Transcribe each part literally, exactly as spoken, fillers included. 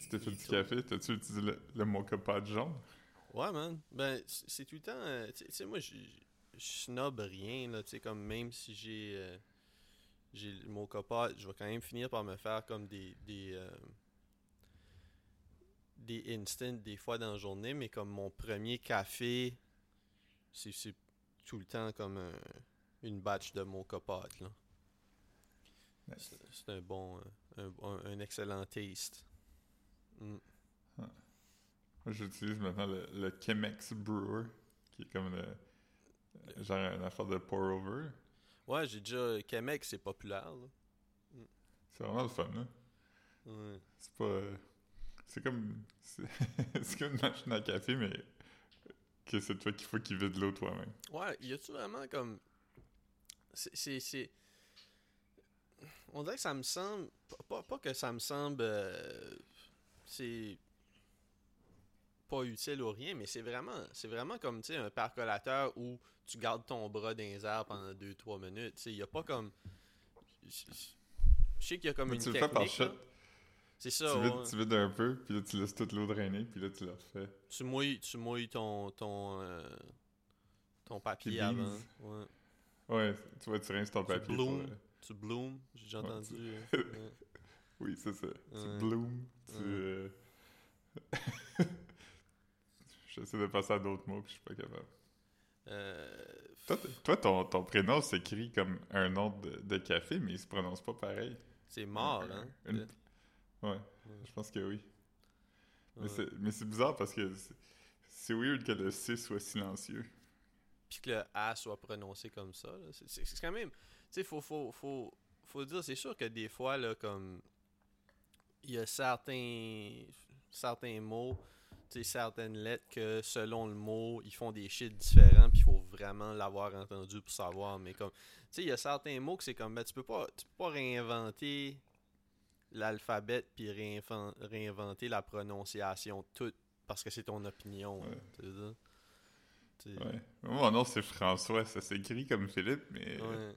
tu t'es fait du Dito. café, t'as-tu utilisé le, le mocha pot jaune? Ouais, man. Ben, c- c'est tout le temps. euh, tu sais, tu sais, moi, je je snob rien, là. Tu sais, comme même si j'ai. euh, j'ai le mocha pot, je vais quand même finir par me faire comme des. des euh, des instants des fois dans la journée, mais comme mon premier café, c'est c'est tout le temps comme un- une batch de mocha pot, là. Nice. C'est c'est un bon. euh, un, un- un excellent taste. Mm. Ah. Moi, j'utilise maintenant le, le Chemex Brewer, qui est comme le, genre une affaire de pour-over. Ouais, j'ai déjà. Québec, c'est populaire, là. C'est vraiment le fun, là. Ouais. C'est pas... euh, c'est comme... C'est c'est comme une machine à café, mais que c'est toi qu'il faut qu'il vide l'eau toi-même. Ouais, y a-tu vraiment comme. C'est. c'est- c'est- On dirait que ça me semble. Pas, pas que ça me semble. euh, c'est pas utile ou rien, mais c'est vraiment. C'est vraiment comme, tu sais, un percolateur où tu gardes ton bras dans les airs pendant deux trois minutes. Tu sais, y a pas comme. Je je sais qu'il y a comme Mais une tu le fais par technique, shot. là. C'est ça, Tu vides, ouais. tu vides un peu, puis là, tu laisses toute l'eau drainer, puis là, tu le refais. Tu mouilles, tu mouilles ton. ton. euh, ton Tes papier beans. avant. Ouais. Ouais, tu vois, tu rinces ton Tu papier sur... bloom. euh, Tu bloom. J'ai déjà ouais, entendu. tu- euh, ouais. Oui, c'est ça. Tu Ouais. bloom, tu... Ouais. euh, J'essaie de passer à d'autres mots, puis je suis pas capable. Euh, Toi, t- toi ton, ton prénom s'écrit comme un nom de, de café, mais il se prononce pas pareil. c'est Un- mort, un- hein? une- Ouais, Ouais, je pense que oui. Mais ouais. c'est, mais c'est bizarre parce que c'est, c'est weird que le C soit silencieux. Puis que le A soit prononcé comme ça, là. C'est, c'est- c'est quand même. Tu sais, faut, faut, faut, faut dire, c'est sûr que des fois, là, comme. Il y a certains. Certains mots, tu sais, certaines lettres que selon le mot, ils font des shit différents, puis il faut vraiment l'avoir entendu pour savoir. Mais comme. Tu sais, il y a certains mots que c'est comme. Ben, tu peux pas, tu peux pas réinventer l'alphabet puis réinven- réinventer la prononciation toute parce que c'est ton opinion. Ouais, Tu sais ça? Tu sais, ouais. Moi, mon nom, c'est François. Ça s'écrit comme Philippe, mais ouais.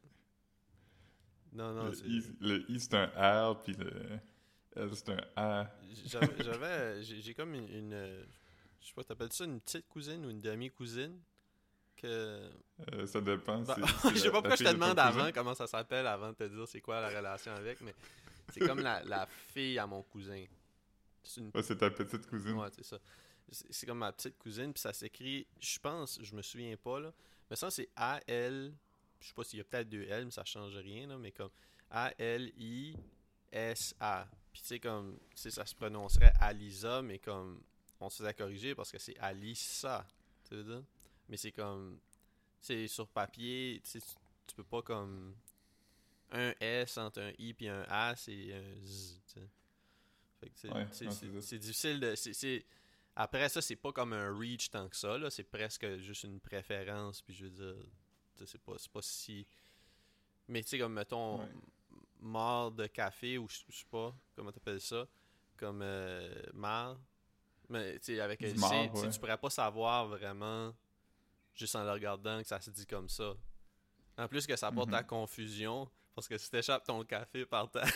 Non, non, le c'est. I, le I, c'est un R, puis le L, c'est un A. J'avais. j'avais- J'ai j'ai comme une. une, euh, je sais pas, t'appelles ça une petite cousine ou une demi-cousine? Que. Euh, ça dépend. Bah, C'est, c'est je sais la, pas la pourquoi je fille te de ton demande cousin. avant comment ça s'appelle avant de te dire c'est quoi la relation avec, mais c'est comme la, la fille à mon cousin. C'est une. Ouais, c'est ta petite cousine. Ouais, c'est ça. C'est c'est comme ma petite cousine, puis ça s'écrit, je pense, je me souviens pas, là. Mais ça, c'est A L. Je sais pas s'il y a peut-être deux L, mais ça change rien, là. Mais comme A L I S A. Puis tu sais, comme, tu sais, ça se prononcerait Alisa, mais comme, on se faisait corriger parce que c'est Alissa. Tu veux dire? Mais c'est comme, c'est sur papier, tu sais, tu tu peux pas comme. Un S entre un I puis un A, c'est un Z, tu sais. Fait que c'est Ouais, c'est- non, c'est- c'est ça. c'est difficile de. c'est- c'est- Après ça, c'est pas comme un reach tant que ça, là. C'est presque juste une préférence. Puis je veux dire, tu sais, c'est pas, c'est pas si. Mais tu sais, comme mettons, Ouais. mort de café ou je je sais pas, comment t'appelles ça. Comme euh, mar. Mais tu sais, avec un Du C, marre, tu sais, ouais. tu pourrais pas savoir vraiment, juste en le regardant, que ça se dit comme ça. En plus que ça porte à Mhm. confusion, parce que si t'échappes ton café par terre,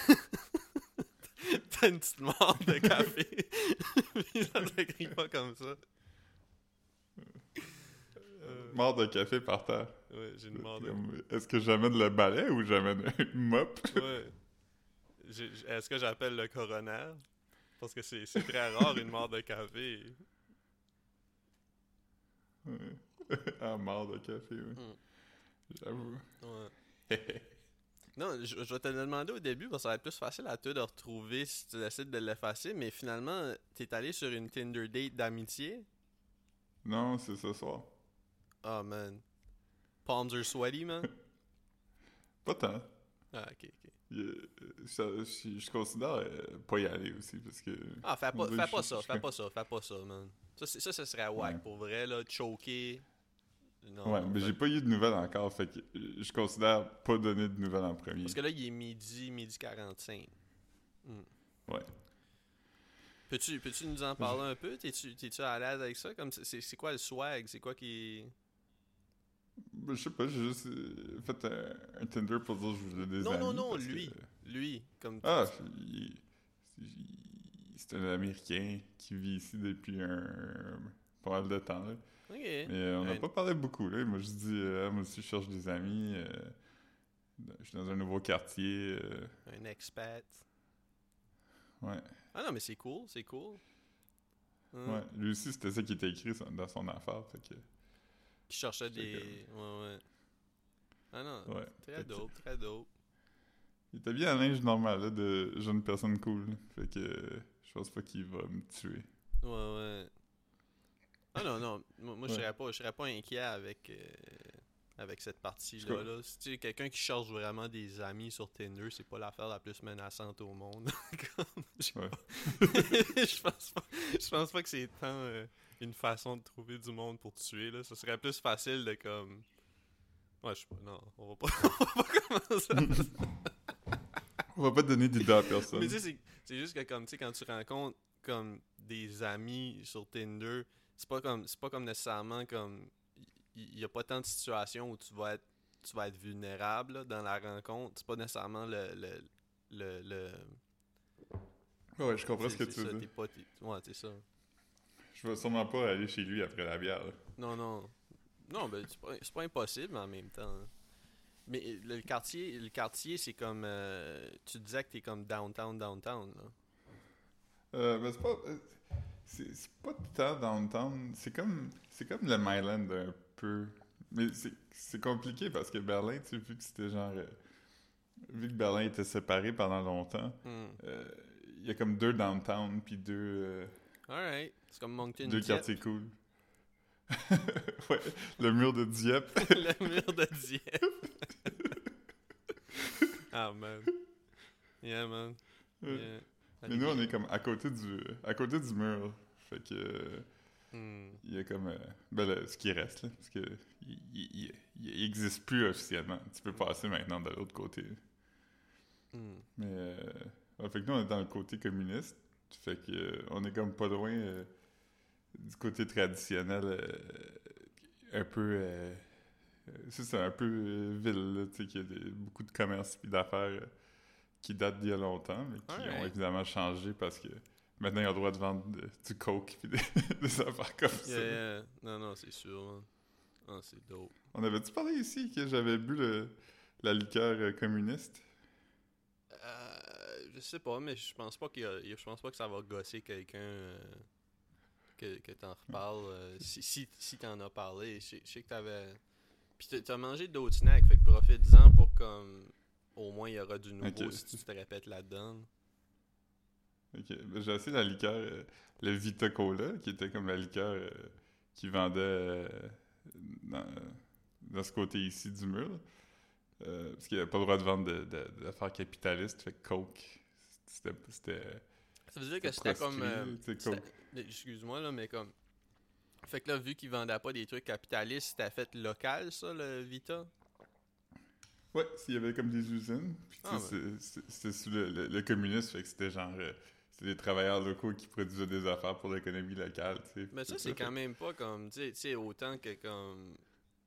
t'as une petite mort de café. Puis ça s'écrit pas comme ça. Euh, Mort de café par terre. ouais, j'ai une mort de. Comme, est-ce que j'amène le balai ou j'amène un mop? Ouais. J'ai- j'ai- Est-ce que j'appelle le coroner? Parce que c'est c'est très rare une mort de café. Ouais. Ah, mort de café, oui. Mm. J'avoue. Ouais. Non, je, je vais te le demander au début parce que ça va être plus facile à toi de retrouver si tu décides de l'effacer, mais finalement, t'es allé sur une Tinder date d'amitié? Non, c'est ce soir. Oh man. Palms are sweaty, man? Pas tant. Ah, ok, ok. Il y a- euh, ça- je, je considère euh, pas y aller aussi parce que. Ah, fais on pas, dirait fais que pas je- ça, je- fais pas ça, fais pas ça, man. Ça, c'est- ça, ce serait whack, Ouais. pour vrai, là, choquer. Non, Ouais, non, mais fait- j'ai pas eu de nouvelles encore, fait que euh, je considère pas donner de nouvelles en premier. Parce que là, il est midi, midi quarante-cinq. Hmm. Ouais. Peux-tu, peux-tu nous en parler un peu? T'es-tu, t'es-tu à l'aise avec ça? Comme c'est, c'est quoi le swag? C'est quoi qui... Ben, je sais pas, j'ai juste euh, fait un, un Tinder pour dire que je voulais des Non, amis. non, non, parce que- lui. Lui. Comme... Ah, il, il- c'est un Américain qui vit ici depuis un pas mal de temps. Là. Ok. Mais euh, on n'a Un- pas parlé beaucoup. Là. Moi, je dis, euh, moi aussi, je cherche des amis. euh, je suis dans un nouveau quartier. euh, Un expat. ouais. Ah non, mais c'est cool, c'est cool. Hum. Ouais. Lui aussi, c'était ça qui était écrit son- dans son affaire. Fait que, Qui cherchait j'étais des. Ouais, ouais. Ah non, comme- ouais. très Fait que- dope, très dope. il était bien à linge normal, là, de jeune personne cool. là. Fait que euh, je pense pas qu'il va me tuer. Ouais, ouais. Ah non, non, moi, moi je Ouais. serais pas, je serais pas inquiet avec, euh, avec cette Je partie-là. crois- Là. Si tu es quelqu'un qui cherche vraiment des amis sur Tinder, c'est pas l'affaire la plus menaçante au monde. Comme, je, Ouais. je pense pas, je pense pas que c'est tant euh, une façon de trouver du monde pour tuer. Là. Ce serait plus facile de comme. Ouais, je sais pas, non, on va pas, on va pas commencer à On va pas donner d'idée à personne. Mais tu sais, c'est- c'est juste que comme tu sais, quand tu rencontres comme des amis sur Tinder, c'est pas comme c'est pas comme nécessairement comme il y, a pas tant de situations où tu vas être tu vas être vulnérable là, dans la rencontre. C'est pas nécessairement le le le, le Ouais, je comprends ce que c'est- tu c'est ça, veux t'es dire. pas t'es- ouais, c'est ça. Je vais sûrement pas aller chez lui après la bière. là. Non non. Non, ben c'est pas, c'est pas impossible mais en même temps. hein. Mais le, le quartier le quartier c'est comme euh, tu disais que t'es comme downtown downtown là. Euh, mais c'est pas... euh, C'est c'est pas tant downtown. C'est comme... C'est comme le Myland un peu. Mais c'est c'est compliqué parce que Berlin, tu sais, vu que c'était genre... euh, vu que Berlin était séparé pendant longtemps, Hmm. euh, il y a comme deux downtown puis deux... euh, Alright. C'est comme Moncton deux Dieppe. quartiers cool. Ouais, le mur de Dieppe. Le mur de Dieppe. Ah man. Yeah man. Euh, Yeah. Mais nous, on est comme à côté du, à côté du mur. Fait que... euh, Hmm. il y a comme... euh, ben, le- ce qui reste, là. Parce que... Il, il, il- il existe plus officiellement. Tu peux passer maintenant de l'autre côté. Hmm. Mais... Euh, ouais, fait que nous, on est dans le côté communiste. Fait que... euh, on est comme pas loin... euh, du côté traditionnel... euh, un peu... euh, euh, c'est ça, un peu euh, ville, là. Tu sais, qu'il y a des- beaucoup de commerces et d'affaires... euh, qui datent d'il y a longtemps, mais qui ont Alright. évidemment changé parce que maintenant, ils ont le droit de vendre de- du coke et des, des affaires comme ça. Yeah, yeah. Non, non, c'est sûr. man. Ah, c'est dope. On avait-tu parlé ici que j'avais bu le, la liqueur euh, communiste? Euh, je sais pas, mais je pense pas qu'il y a, il y a- je pense pas que ça va gosser quelqu'un euh, que, que t'en reparles. euh, si si, si t'en as parlé, je sais je sais que t'avais. Puis t'as- t'as mangé d'autres snacks, fait que profite-en pour comme. Au moins, il y aura du nouveau Ok. si tu te répètes là-dedans. Ok, ben, j'ai essayé la liqueur, euh, le Vita Cola, qui était comme la liqueur euh, qui vendait euh, dans, dans ce côté ici du mur. là. Euh, parce qu'il n'y avait pas le droit de vendre de- de- d'affaires capitalistes, fait que Coke, c'était... c'était Ça veut dire que c'était comme. euh, proscrit, tu sais, c'était- Coke. Excuse-moi, là, mais comme. Fait que là, vu qu'ils vendaient pas des trucs capitalistes, c'était fait local, ça, le Vita? Ouais, s'il y avait comme des usines, puis tu sais, Ah, c'est- c'est- c'était sous le, le, le communisme, fait que c'était genre... euh, c'était des travailleurs locaux qui produisaient des affaires pour l'économie locale, tu sais. Mais ça, tout c'est quand fait- même pas comme. Tu sais- tu sais, autant que comme.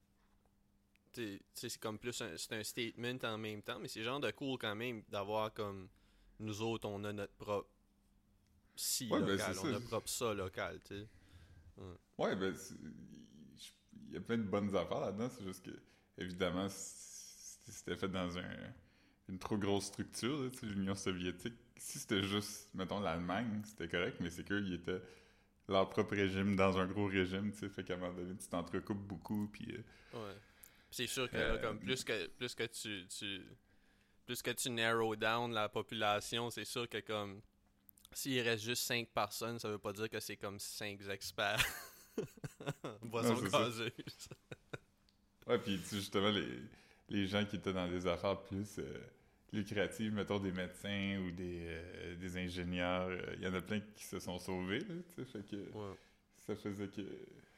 Tu sais, tu sais, c'est comme plus un, c'est un statement en même temps, mais c'est genre de cool quand même d'avoir comme. Nous autres, on a notre propre. Si Ouais, ben, local, c'est on ça. a notre propre ça local, tu sais. Ouais, ben, c'est- il y a plein de bonnes affaires là-dedans, c'est juste que, évidemment, c- c'était fait dans un, une trop grosse structure, là, tu sais, l'Union soviétique. Si c'était juste, mettons, l'Allemagne, c'était correct, mais c'est qu'ils étaient leur propre régime dans un gros régime, tu sais, fait qu'à un moment donné, tu t'entrecoupes beaucoup, puis... euh, Ouais. C'est sûr que là, Euh, comme plus que plus que tu, tu plus que tu narrow down la population, c'est sûr que comme s'il reste juste cinq personnes, ça veut pas dire que c'est comme cinq experts. Boisson Non, c'est ça. gazeuse. Ouais, puis tu sais, justement, les, les gens qui étaient dans des affaires plus euh, lucratives, mettons des médecins ou des, euh, des ingénieurs, euh, il y en a plein qui se sont sauvés, là, tu sais, fait que Ouais. ça faisait que...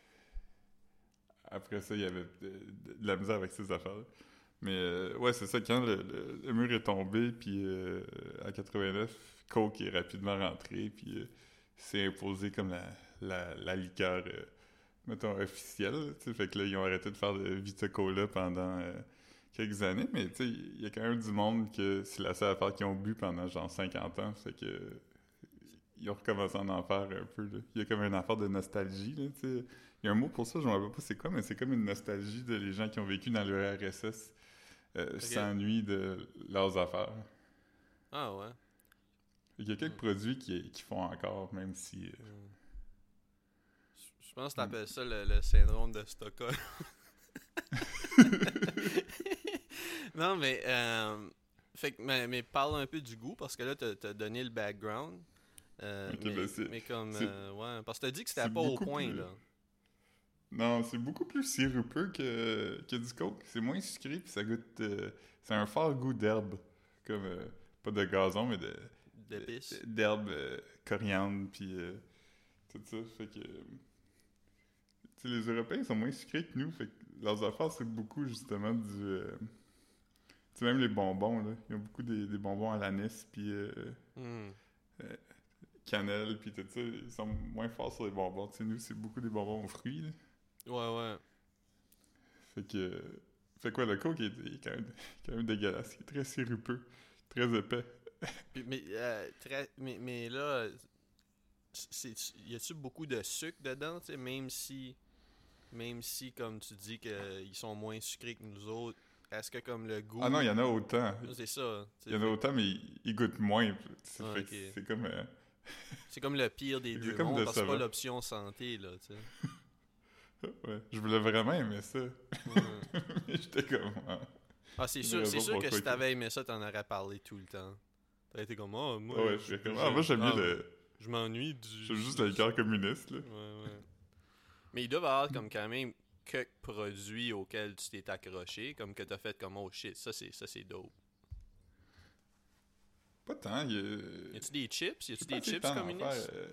Après ça, il y avait de, de- de la misère avec ces affaires-là. Mais euh, ouais, c'est ça, quand le, le- le mur est tombé, puis euh, en quatre-vingt-neuf, Coke est rapidement rentré, puis euh, s'est imposé comme la, la, la liqueur, euh, mettons, officielle. Tu sais, fait que là, ils ont arrêté de faire de Vita Cola pendant euh, quelques années, mais tu sais, il y a quand même du monde que c'est la seule affaire qu'ils ont bu pendant genre cinquante ans, fait que ils ont recommencé à en faire un peu, là. Il y a comme une affaire de nostalgie, là, tu sais. Il y a un mot pour ça, je ne me rappelle pas c'est quoi, mais c'est comme une nostalgie de les gens qui ont vécu dans le R S S euh, Ok. s'ennuient de leurs affaires. Ah ouais. Il y a quelques Mm. produits qui, qui font encore, même si... euh, Mm. Je je pense que t'appelles ça le, le syndrome de Stockholm. Non, mais, euh, fait que, mais, mais parle un peu du goût, parce que là, t'as, t'as donné le background. Euh, Ok, mais, ben c'est- mais comme, c'est- euh, ouais, parce que t'as dit que c'était c'est pas au beaucoup point, plus... là. Non, c'est beaucoup plus sirupeux que, que du coke. C'est moins sucré, puis ça goûte... euh, c'est un fort goût d'herbe. Comme, euh, pas de gazon, mais de... D'épices. d'herbe, euh, coriandre, puis euh, tout ça. Fait que... euh, tu sais, les Européens sont moins sucrés que nous, fait que leurs affaires, c'est beaucoup, justement, du... euh, tu sais, même les bonbons, là. Ils ont beaucoup des, des bonbons à l'anis, puis euh, Hmm. euh, cannelle, puis tout ça. Ils sont moins forts sur les bonbons. Tu sais, nous, c'est beaucoup des bonbons aux fruits, là. Ouais, ouais. Fait que... euh, fait quoi, le coke est, est quand, même, quand même dégueulasse. Il est très sirupeux, très épais. Puis, mais, euh, très, mais, mais là, c'est, y a-tu beaucoup de sucre dedans, tu sais, même si, même si, comme tu dis, qu'ils sont moins sucrés que nous autres, est-ce que comme le goût... Ah non, il y en a autant. C'est ça. Il y en a autant, mais ils, ils goûtent moins. C'est, Ah, fait ok. que c'est comme... euh, C'est comme le pire des C'est deux comme mondes, parce que c'est pas décevant. l'option santé, là, tu sais. ouais, je voulais vraiment aimer ça. Ouais. mais j'étais comme... ah. Ah, c'est Une sûr, c'est raison sûr que pourquoi si que- t'avais aimé ça, t'en aurais parlé tout le temps. T'aurais été comme, ah, moi, Ah ouais, je je- suis comme... je- Ah, moi, j'aime mieux ah, le... je m'ennuie du... J'aime juste le cœur communiste, là. Ouais, ouais. Mais il doit y avoir comme quand même quelques produits auxquels tu t'es accroché, comme que t'as fait comme, oh shit, ça c'est, ça c'est dope. Pas tant, il y a... Y a-tu des chips? Y J'ai a-tu pas des assez de chips temps à en communistes? faire, euh.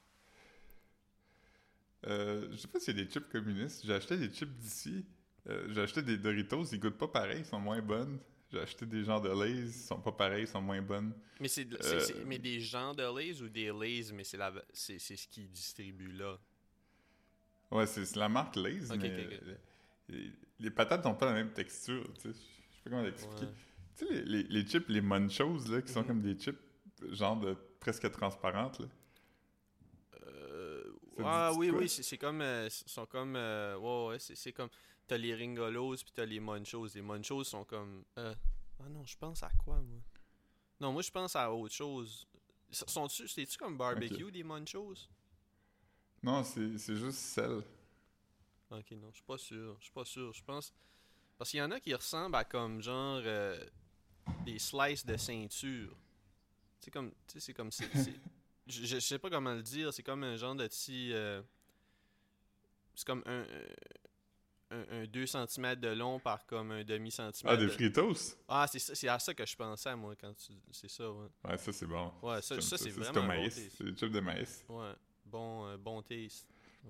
Euh, je sais pas s'il y a des chips communistes. J'ai acheté des chips d'ici. Euh, j'ai acheté des Doritos, ils goûtent pas pareil, ils sont moins bonnes. J'ai acheté des genres de Lay's, ils sont pas pareils, ils sont moins bonnes. Mais c'est, de- c'est, c'est- mais des gens de Lay's ou des Lay's, mais c'est, la, c'est, c'est ce qu'ils distribuent là. Ouais, c'est, c'est la marque Lay's, Ok, mais ok, ok. euh, les, les patates n'ont pas la même texture, tu sais. Je sais pas comment l'expliquer. Ouais. Tu sais, les, les, les chips, les Munchos, là, qui sont Mhm. comme des chips genre de presque transparentes, là. Euh, Ça ah dit-tu oui, de quoi? oui, c'est, c'est comme, euh, sont comme, euh, ouais, ouais, c'est, c'est comme, t'as les Ringolos puis t'as les Munchos. Les Munchos sont comme, euh, ah non, je pense à quoi, moi? Non, moi je pense à autre chose. S- Sont-tu, c'est-tu comme barbecue Ok. des Munchos? Non, c'est, c'est juste sel. Ok, non, je suis pas sûr. Je suis pas sûr. Je pense. Parce qu'il y en a qui ressemblent à comme genre euh, des slices de ceinture. C'est comme. Tu sais, c'est comme. c'est- c'est- Je, je sais pas comment le dire. C'est comme un genre de petit. euh, c'est comme un, un, un deux centimètres de long par comme un Ah, demi-centimètre. des de- Fritos? Ah, c'est ça, c'est à ça que je pensais, moi, quand tu. C'est ça, ouais. Ouais, ça, c'est bon. Ouais, ça, J'aime ça, c'est c'est vraiment au un bon maïs. taste. C'est des chips de maïs. Ouais. Bon, euh, bon taste.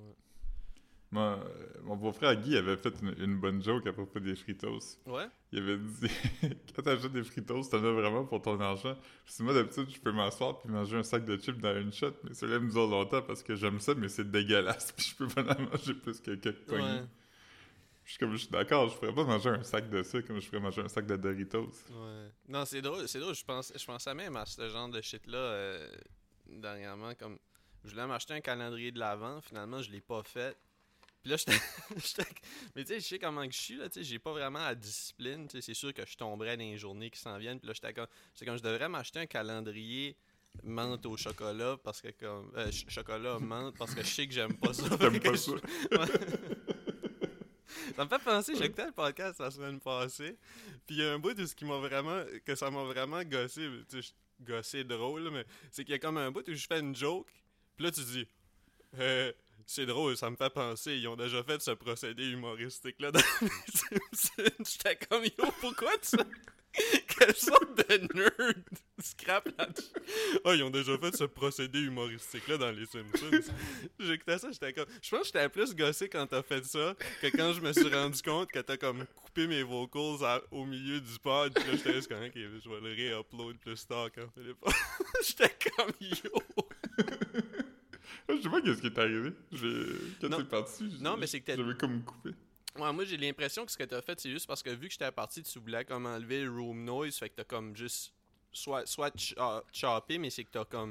Moi, euh, mon beau-frère Guy avait fait une, une bonne joke à propos des Fritos. Ouais? Il avait dit quand t'achètes des Fritos, t'en as vraiment pour ton argent. Puis moi, d'habitude, je peux m'asseoir puis manger un sac de chips dans une shot, mais celui-là me dure longtemps parce que j'aime ça, mais c'est dégueulasse. Puis je peux pas en manger plus que quelques poignées. Ouais. Je suis comme, je suis d'accord, je pourrais pas manger un sac de ça comme je pourrais manger un sac de Doritos. Ouais. Non, c'est drôle, c'est drôle. Je, pense, je pensais même à ce genre de shit-là euh, dernièrement. Comme, je voulais m'acheter un calendrier de l'Avent, finalement, je l'ai pas fait. Puis là, j'étais. j'étais- Mais tu sais, je sais comment que je suis, là. Tu sais, j'ai pas vraiment la discipline. Tu sais, c'est sûr que je tomberais dans les journées qui s'en viennent. Puis là, j'étais comme, j'étais comme, je devrais m'acheter un calendrier menthe au chocolat parce que, comme. Euh, ch- chocolat menthe parce que je sais que j'aime pas ça. T'aimes Fait que pas je- ça? Ça me fait penser, j'ai écouté le podcast la semaine passée, puis il y a un bout de ce qui m'a vraiment, que ça m'a vraiment gossé, tu sais, je- gossé drôle, là, mais c'est qu'il y a comme un bout où je fais une joke, puis là tu dis, euh, c'est drôle, ça me fait penser, ils ont déjà fait ce procédé humoristique-là dans les Simpsons. J'étais comme, yo, pourquoi tu... Quelle sorte de nerd scrap là-dessus? Ah, ils ont déjà fait ce procédé humoristique-là dans les Simpsons. J'écoutais ça, j'étais comme... Je pense que j'étais plus gossé quand t'as fait ça que quand je me suis rendu compte que t'as comme coupé mes vocals à- au milieu du pod. Puis là, j'étais juste comme, ok, je vais le ré-upload plus tard quand Philippe... J'étais comme, yo! Je sais pas qu'est-ce qui est arrivé. J'ai... Quand Non. t'es parti, j'ai- Non, mais c'est que t'as- j'avais comme coupé. Ouais, moi j'ai l'impression que ce que t'as fait, c'est juste parce que vu que j'étais parti, tu voulais comme enlever le room noise, fait que t'as comme juste soit, soit ch- ah, choppé, mais c'est que t'as comme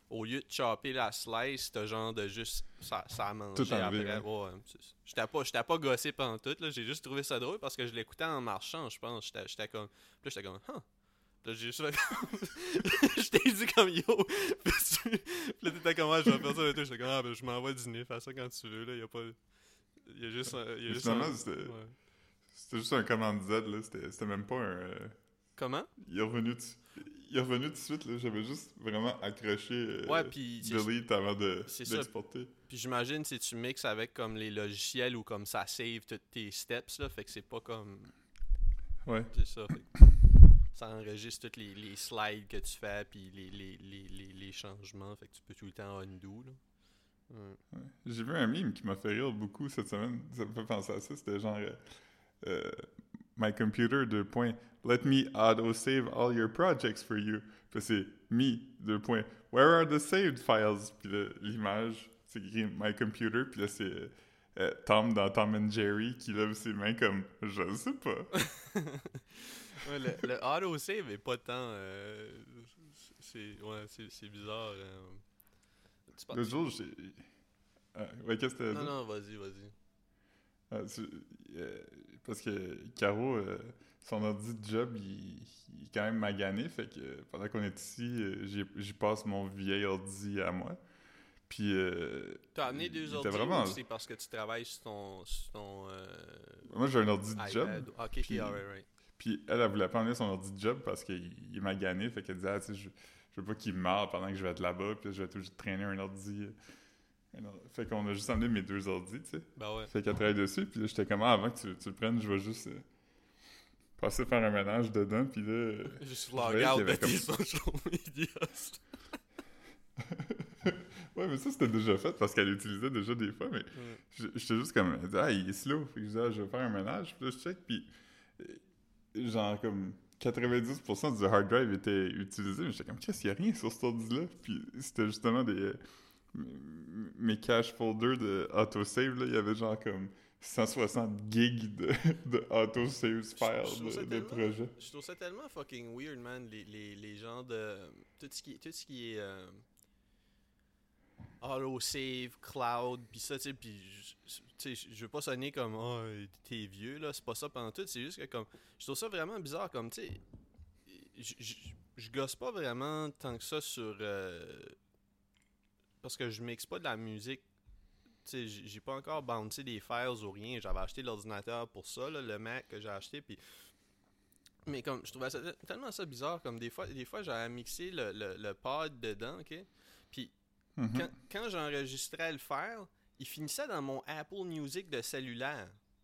au lieu de chopper la slice, t'as genre de juste ça, ça a mangé Tout enlevé, après. Ouais. Ouais, j'étais pas, j'étais pas gossé pendant tout, là. J'ai juste trouvé ça drôle parce que je l'écoutais en marchant, je pense. J'étais, j'étais comme. Puis là, j'étais comme, huh. Puis là, j'ai juste fait comme. Je t'ai dit comme yo. Puis tu- puis là, t'étais comme, ah, je vais faire ça et tout. J'étais comme, ah, ben, je m'en vais dîner, fais ça quand tu veux, là. Y a pas. Y a juste un. Y a Mais juste finalement, un... c'était, Ouais. c'était juste un commande Z, là. C'était, c'était même pas un... euh, Comment? Il est revenu... t- Il est revenu tout de suite, là. J'avais juste vraiment accroché euh, Ouais, puis c'est- Delete avant de, c'est ça. d'exporter. Puis j'imagine si tu mixes avec comme les logiciels ou comme ça save tous tes steps, là. Fait que c'est pas comme. Ouais. C'est ça. Fait que ça enregistre tous les, les slides que tu fais, puis les, les, les, les, les changements. Fait que tu peux tout le temps undo, là. Ouais. Ouais. J'ai vu un meme qui m'a fait rire beaucoup cette semaine. Ça me fait penser à ça. C'était genre... euh, euh, My computer, deux points. Let me auto-save all your projects for you. Puis c'est me, deux points. Where are the saved files? Puis là, l'image, c'est écrit My computer. Puis là, c'est euh, Tom dans Tom and Jerry qui lève ses mains comme je sais pas. Ouais, le, le auto-save est pas tant. Euh, c'est, ouais, c'est, c'est bizarre. Euh. Tu penses- Le jour, j'ai. Ah, ouais, qu'est-ce que t'as Non, dit? non, vas-y, vas-y. Ah, tu- euh, parce que Caro, euh, son ordi de job, il, il est quand même magané. Fait que euh, pendant qu'on est ici, euh, j'y, j'y passe mon vieil ordi à moi. Puis. Euh, T'as amené il deux était ordi vraiment- ou c'est parce que tu travailles sur ton. Sur ton euh, Moi, j'ai un ordi de job. iPad? Ok, ok, puis- alright, right. Puis elle, elle voulait pas emmener son ordi de job parce qu'il il est magané. Fait qu'elle disait, ah, tu sais, je, je veux pas qu'il meure pendant que je vais être là-bas. Puis là, je vais toujours traîner un ordi. euh, un or- Fait qu'on a juste emmené mes deux ordis, tu sais. Ben ouais. Fait qu'elle travaille dessus. Puis là, j'étais comme, ah, avant que tu, tu le prennes, je vais juste euh, passer faire un ménage dedans. Puis là. euh, Juste je log voyais qu'il y out de avait tes comme- social media. Ouais, mais ça, c'était déjà fait parce qu'elle l'utilisait déjà des fois. Mais Ouais. je- j'étais juste comme, elle dit, ah, il est slow. Fait que je disais, ah, je vais faire un ménage. Puis là, je check. Puis euh, genre, comme quatre-vingt-dix pour cent du hard drive était utilisé. Mais j'étais comme, qu'est-ce qu'il y a rien sur cet ordi-là? Puis c'était justement des. euh, m- mes cache folders de autosave, là. Il y avait genre comme cent soixante gigs de, de autosave Je- files je trouve de, ça de tellement- projets. Je trouve ça tellement fucking weird, man. Les, les, les gens de. Tout ce qui, tout ce qui est. Euh, auto-save, cloud, pis ça, tu sais, pis. je- Tu sais, je veux pas sonner comme. Oh, t'es vieux, là. C'est pas ça pendant tout. C'est juste que, comme. Je trouve ça vraiment bizarre, comme, tu sais. je- Je je gosse pas vraiment tant que ça sur. euh, parce que je mixe pas de la musique. Tu sais, j'ai j'ai pas encore bouncé des files ou rien. J'avais acheté l'ordinateur pour ça, là, le Mac que j'ai acheté, puis. Mais comme, je trouvais ça te- tellement ça bizarre, comme des fois, des fois j'avais mixé le, le, le pod dedans, ok? Puis Mhm. quand, quand j'enregistrais le file, il finissait dans mon Apple Music de cellulaire.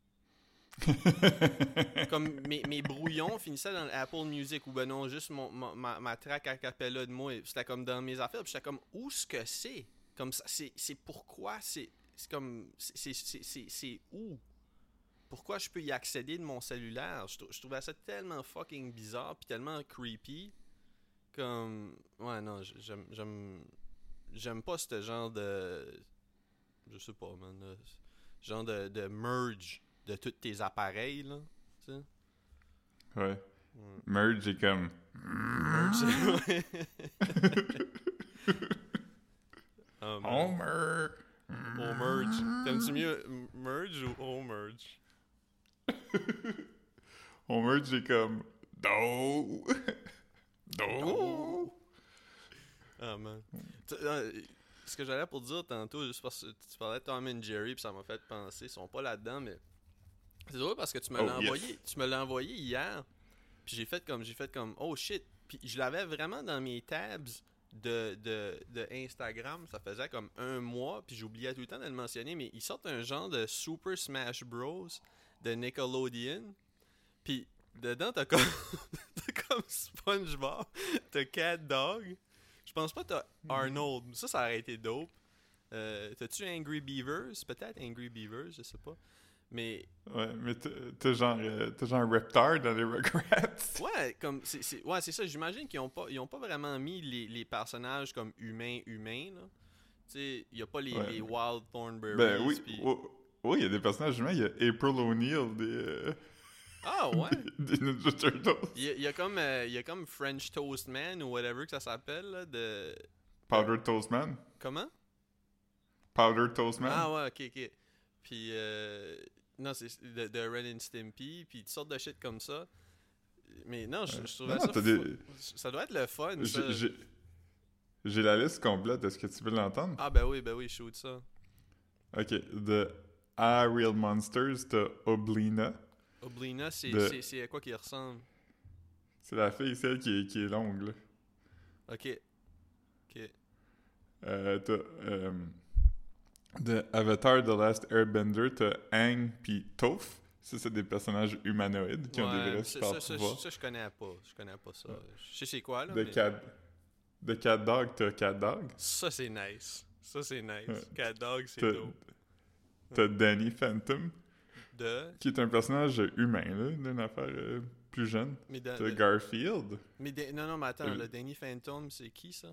Comme mes, mes brouillons finissaient dans l'Apple Music, ou ben non, juste mon, ma, ma, ma track a cappella de moi. C'était comme dans mes affaires, puis j'étais comme, où ce que c'est? Comme ça, c'est, c'est pourquoi, c'est, c'est comme, c'est, c'est, c'est, c'est, c'est où? Pourquoi je peux y accéder de mon cellulaire? Je, trou- je trouvais ça tellement fucking bizarre, puis tellement creepy. Comme, ouais, non, j- j'aime, j'aime, j'aime pas ce genre de, je sais pas, man, euh, genre de, de merge de tous tes appareils, là, tu sais. Ouais. Ouais. Merge est comme. Merge, ouais. Oh, man. Homer! Au merge. T'aimes-tu mieux m- merge ou au merge? Homer, j'ai comme. Do! Do! Ah, man. Tu- euh, Ce que j'allais pour te dire tantôt, juste parce que tu parlais de Tom and Jerry, puis ça m'a fait penser, ils sont pas là-dedans, mais c'est drôle parce que tu me Oh, l'as yes. envoyé, tu me l'as envoyé hier, puis j'ai fait comme, j'ai fait comme, oh shit, puis je l'avais vraiment dans mes tabs de, de, de Instagram, ça faisait comme un mois, puis j'oubliais tout le temps de le mentionner, mais ils sortent un genre de Super Smash Bros de Nickelodeon, puis dedans t'as comme, t'as comme SpongeBob, t'as Cat Dog. Je pense pas que t'as Arnold. Ça, ça aurait été dope. Euh, T'as-tu Angry Beavers? Peut-être Angry Beavers, je sais pas. Mais, Ouais, mais t'as t'as genre, euh, t'as genre un Reptar dans les Rugrats. ouais, comme c'est c'est- ouais, c'est ça. J'imagine qu'ils ont pas, ils ont pas vraiment mis les, les personnages comme humains-humains, là. Tu sais, il y a pas les, Ouais. les Wild Thornberries. Ben oui, pis- oh, oui, il y a des personnages humains. Il y a April O'Neil des, euh, Ah, ouais. des Ninja Turtles. Il y, a- il y a comme, euh, il y a comme French Toast Man ou whatever que ça s'appelle, là, de... Powdered Toast Man. Comment? Powdered Toast Man. Ah ouais, ok, ok. Puis, euh, non, c'est de, de Ren and Stimpy, puis toutes sortes de shit comme ça. Mais non, je, je trouvais Non, ça... non, t'as fou- des... Ça doit être le fun, ça. J'ai, j'ai... j'ai la liste complète. Est-ce que tu veux l'entendre? Ah ben oui, ben oui, shoot ça. Ok. De A Real Monsters, t'as Oblina. Oblina, c'est De- c'est- c'est à quoi qu'il ressemble? C'est la fille, celle qui est, qui est longue, là. Ok. Ok. Euh, t'as... Euh... De Avatar The Last Airbender, t'as Aang pis Toph. Ça, c'est des personnages humanoïdes qui ont des Ouais, vrais ça, super ça, ça, pouvoirs. ça, je connais pas. Je connais pas ça. Je sais c'est quoi, là. De mais- Cat... De Cat Dog, t'as Cat Dog. Ça, c'est nice. Ça, c'est nice. Ouais. Cat Dog, c'est T'as... dope. T'as Danny Phantom, De... qui est un personnage humain, là, d'une affaire euh, plus jeune. Mais, de- T'as de- Garfield. mais de- non, non, mais attends, Euh, le Danny Phantom, c'est qui, ça?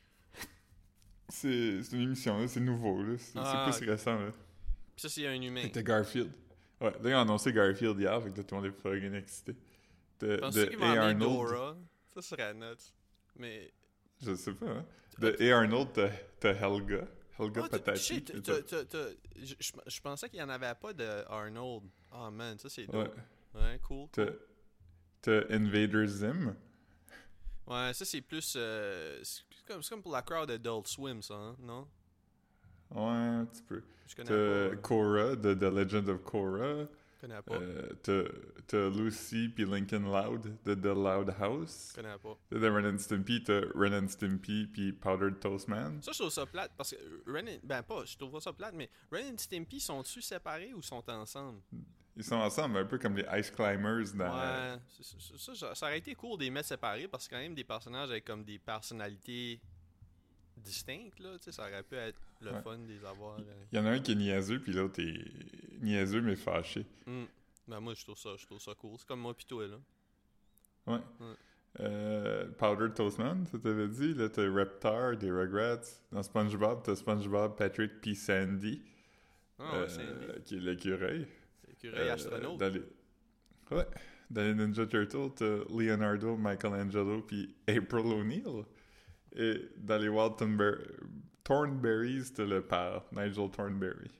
C'est, c'est une émission, là, c'est nouveau, là. C'est, Ah, c'est plus récent, là. Puis ça, c'est un humain. T'as Garfield. Ouais, là, ils ont annoncé Garfield hier, fait que là, tout le monde est fucking excité. T'as Penses-tu de qu'ils vont A. emmener Arnold. Dora? Ça serait nuts. Mais... Je sais pas, hein. De A. Arnold, t'as, t'as Helga. Helga Ah, t'as- Patati. shit, qui est t'as- t'as- t'as- je, je- je pensais qu'il y en avait pas de Arnold. Ah, man, ça, c'est un- Ouais. dope. Ouais, cool, T'as, cool. t'as Invader Zim. Ouais, ça, c'est plus... euh, c'est comme, c'est comme pour la crowd Adult Swim, ça, hein? Non? Ouais, un petit peu. Je connais T'as pas. Korra, de The Legend of Korra. Je connais pas. Euh, t'as, t'as Lucy puis Lincoln Loud de The Loud House. Je connais pas. T'as de Ren and Stimpy, t'as Ren and Stimpy puis Powdered Toast Man. Ça, je trouve ça plate parce que Ren and- ben pas, je trouve ça plate, mais Ren and Stimpy sont-tu séparés ou sont ensemble? Ils sont ensemble, un peu comme les Ice Climbers dans... Ouais, c'est- c'est- ça, ça, ça aurait été cool de les mettre séparés parce que c'est quand même des personnages avec comme des personnalités distinctes, là, tu sais, ça aurait pu être le Ouais. fun de les avoir. euh. Il y en a un qui est niaiseux, puis l'autre est niaiseux mais fâché. Hmm. Ben moi, je trouve ça, je trouve ça cool. C'est comme moi pis toi, là. Ouais. Ouais. Euh, Powdered Toast Man, ça t'avais dit. Là, t'as Reptar, des Rugrats. Dans SpongeBob, t'as SpongeBob, Patrick puis Sandy. Ah ouais, euh, c'est qui est l'écureuil. l'écureuil Euh, astronaute. Dans les... Ouais. Dans les Ninja Turtles, t'as Leonardo, Michelangelo puis April O'Neil. Et dans les Wild Thornber- Thornberries, t'as le père, Nigel Thornberry.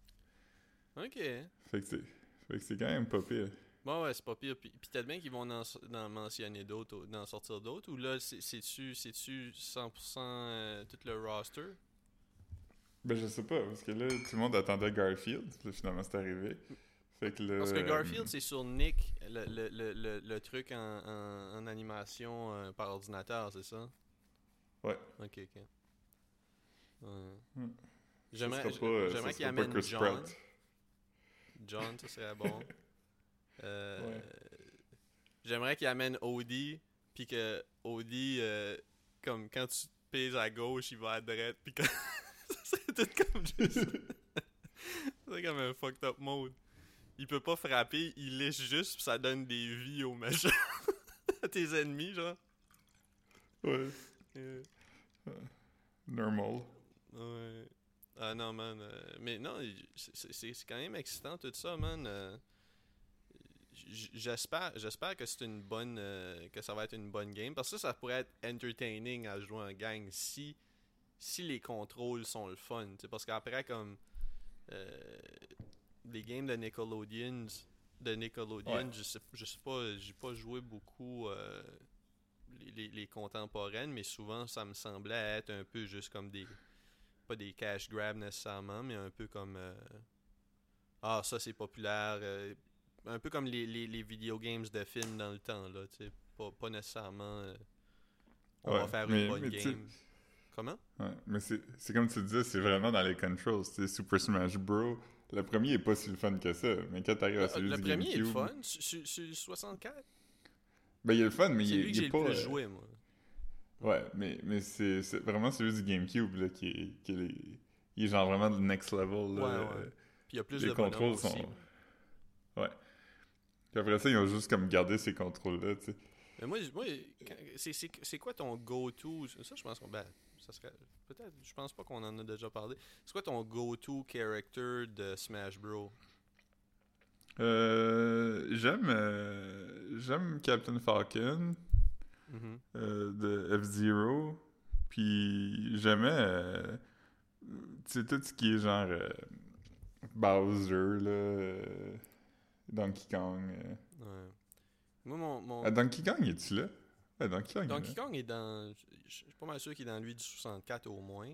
Ok. Fait que c'est, fait que c'est quand même pas pire. Bon, ouais, c'est pas pire. Puis, puis peut-être bien qu'ils vont en, en mentionner d'autres, ou- d'en sortir d'autres. Ou là, c'est- c'est-tu, c'est-tu cent pour cent euh, tout le roster? Ben, je sais pas, parce que là, tout le monde attendait Garfield. Là, finalement, c'est arrivé. Fait que là, Parce que euh, Garfield, c'est sur Nick, le, le, le, le, le truc en, en, en animation euh, par ordinateur, c'est ça? Ouais. Ok, ok. Ouais. Hmm. J'aimerais, ça sera pas, euh, j'aimerais ça qu'il sera pas amène Chris John. Pratt. John, ça serait bon. Euh, Ouais. J'aimerais qu'il amène Odie, puis que Odie, euh, comme quand tu te pèses à gauche, il va à droite, puis que... ça serait tout comme juste... c'est comme un fucked up mode. Il peut pas frapper, il lèche juste, puis ça donne des vies aux méchants. À tes ennemis, genre. Ouais. Euh, Normal. ouais. Ah non, man. euh, mais non, c'est- c'est c'est quand même excitant tout ça, man. Euh, j- J'espère, j'espère que c'est une bonne, euh, que ça va être une bonne game, parce que ça, ça pourrait être entertaining à jouer en gang si, si les contrôles sont le fun. Tu sais, parce qu'après, comme euh, les games de Nickelodeon, de Nickelodeon, Ouais. je sais, je sais pas, j'ai pas joué beaucoup euh, les, les, les contemporaines, mais souvent ça me semblait être un peu juste comme des, pas des cash grabs nécessairement, mais un peu comme euh, ah ça c'est populaire, euh, un peu comme les, les, les video games de films dans le temps là, tu sais, pas, pas nécessairement euh, on Ouais, va faire mais- une bonne mais tu sais- game. Comment? Ouais. Mais c'est, c'est comme tu disais, c'est vraiment dans les controls. C'est Super Smash Bros. Le premier est pas si le fun que ça. Mais quand t'arrives à Le, celui le du premier est le GameCube... fun, sur, sur- sur soixante-quatre. Ben, il est le fun, mais C'est il, lui est- que il j'ai est le pas... plus euh, joué, moi. Ouais, mais, mais c'est, c'est vraiment celui du GameCube, là, qui est... Qui est les- il est genre vraiment le next level, là. Ouais, ouais. Puis il y a plus Les de bonhommes contrôles aussi. sont... Ouais. Puis après ça, ils ont juste comme gardé ces contrôles-là, tu sais. Mais moi, moi quand- c'est, c'est, c'est quoi ton go-to? Ça, je pense qu'on... Ben, ça serait... Peut-être, je pense pas qu'on en a déjà parlé. C'est quoi ton go-to character de Smash Bros? Euh, j'aime... euh, j'aime Captain Falcon, Mhm. euh, de F-Zero, Puis j'aimais, euh, tu sais, tout ce qui est genre euh, Bowser, là, euh, Donkey Kong. euh. Ouais. Moi, mon, Ah, mon... Donkey Kong, es-tu là? Ouais, Donkey Kong est là. Donkey Kong est dans... Je je suis pas mal sûr qu'il est dans lui du soixante-quatre au moins.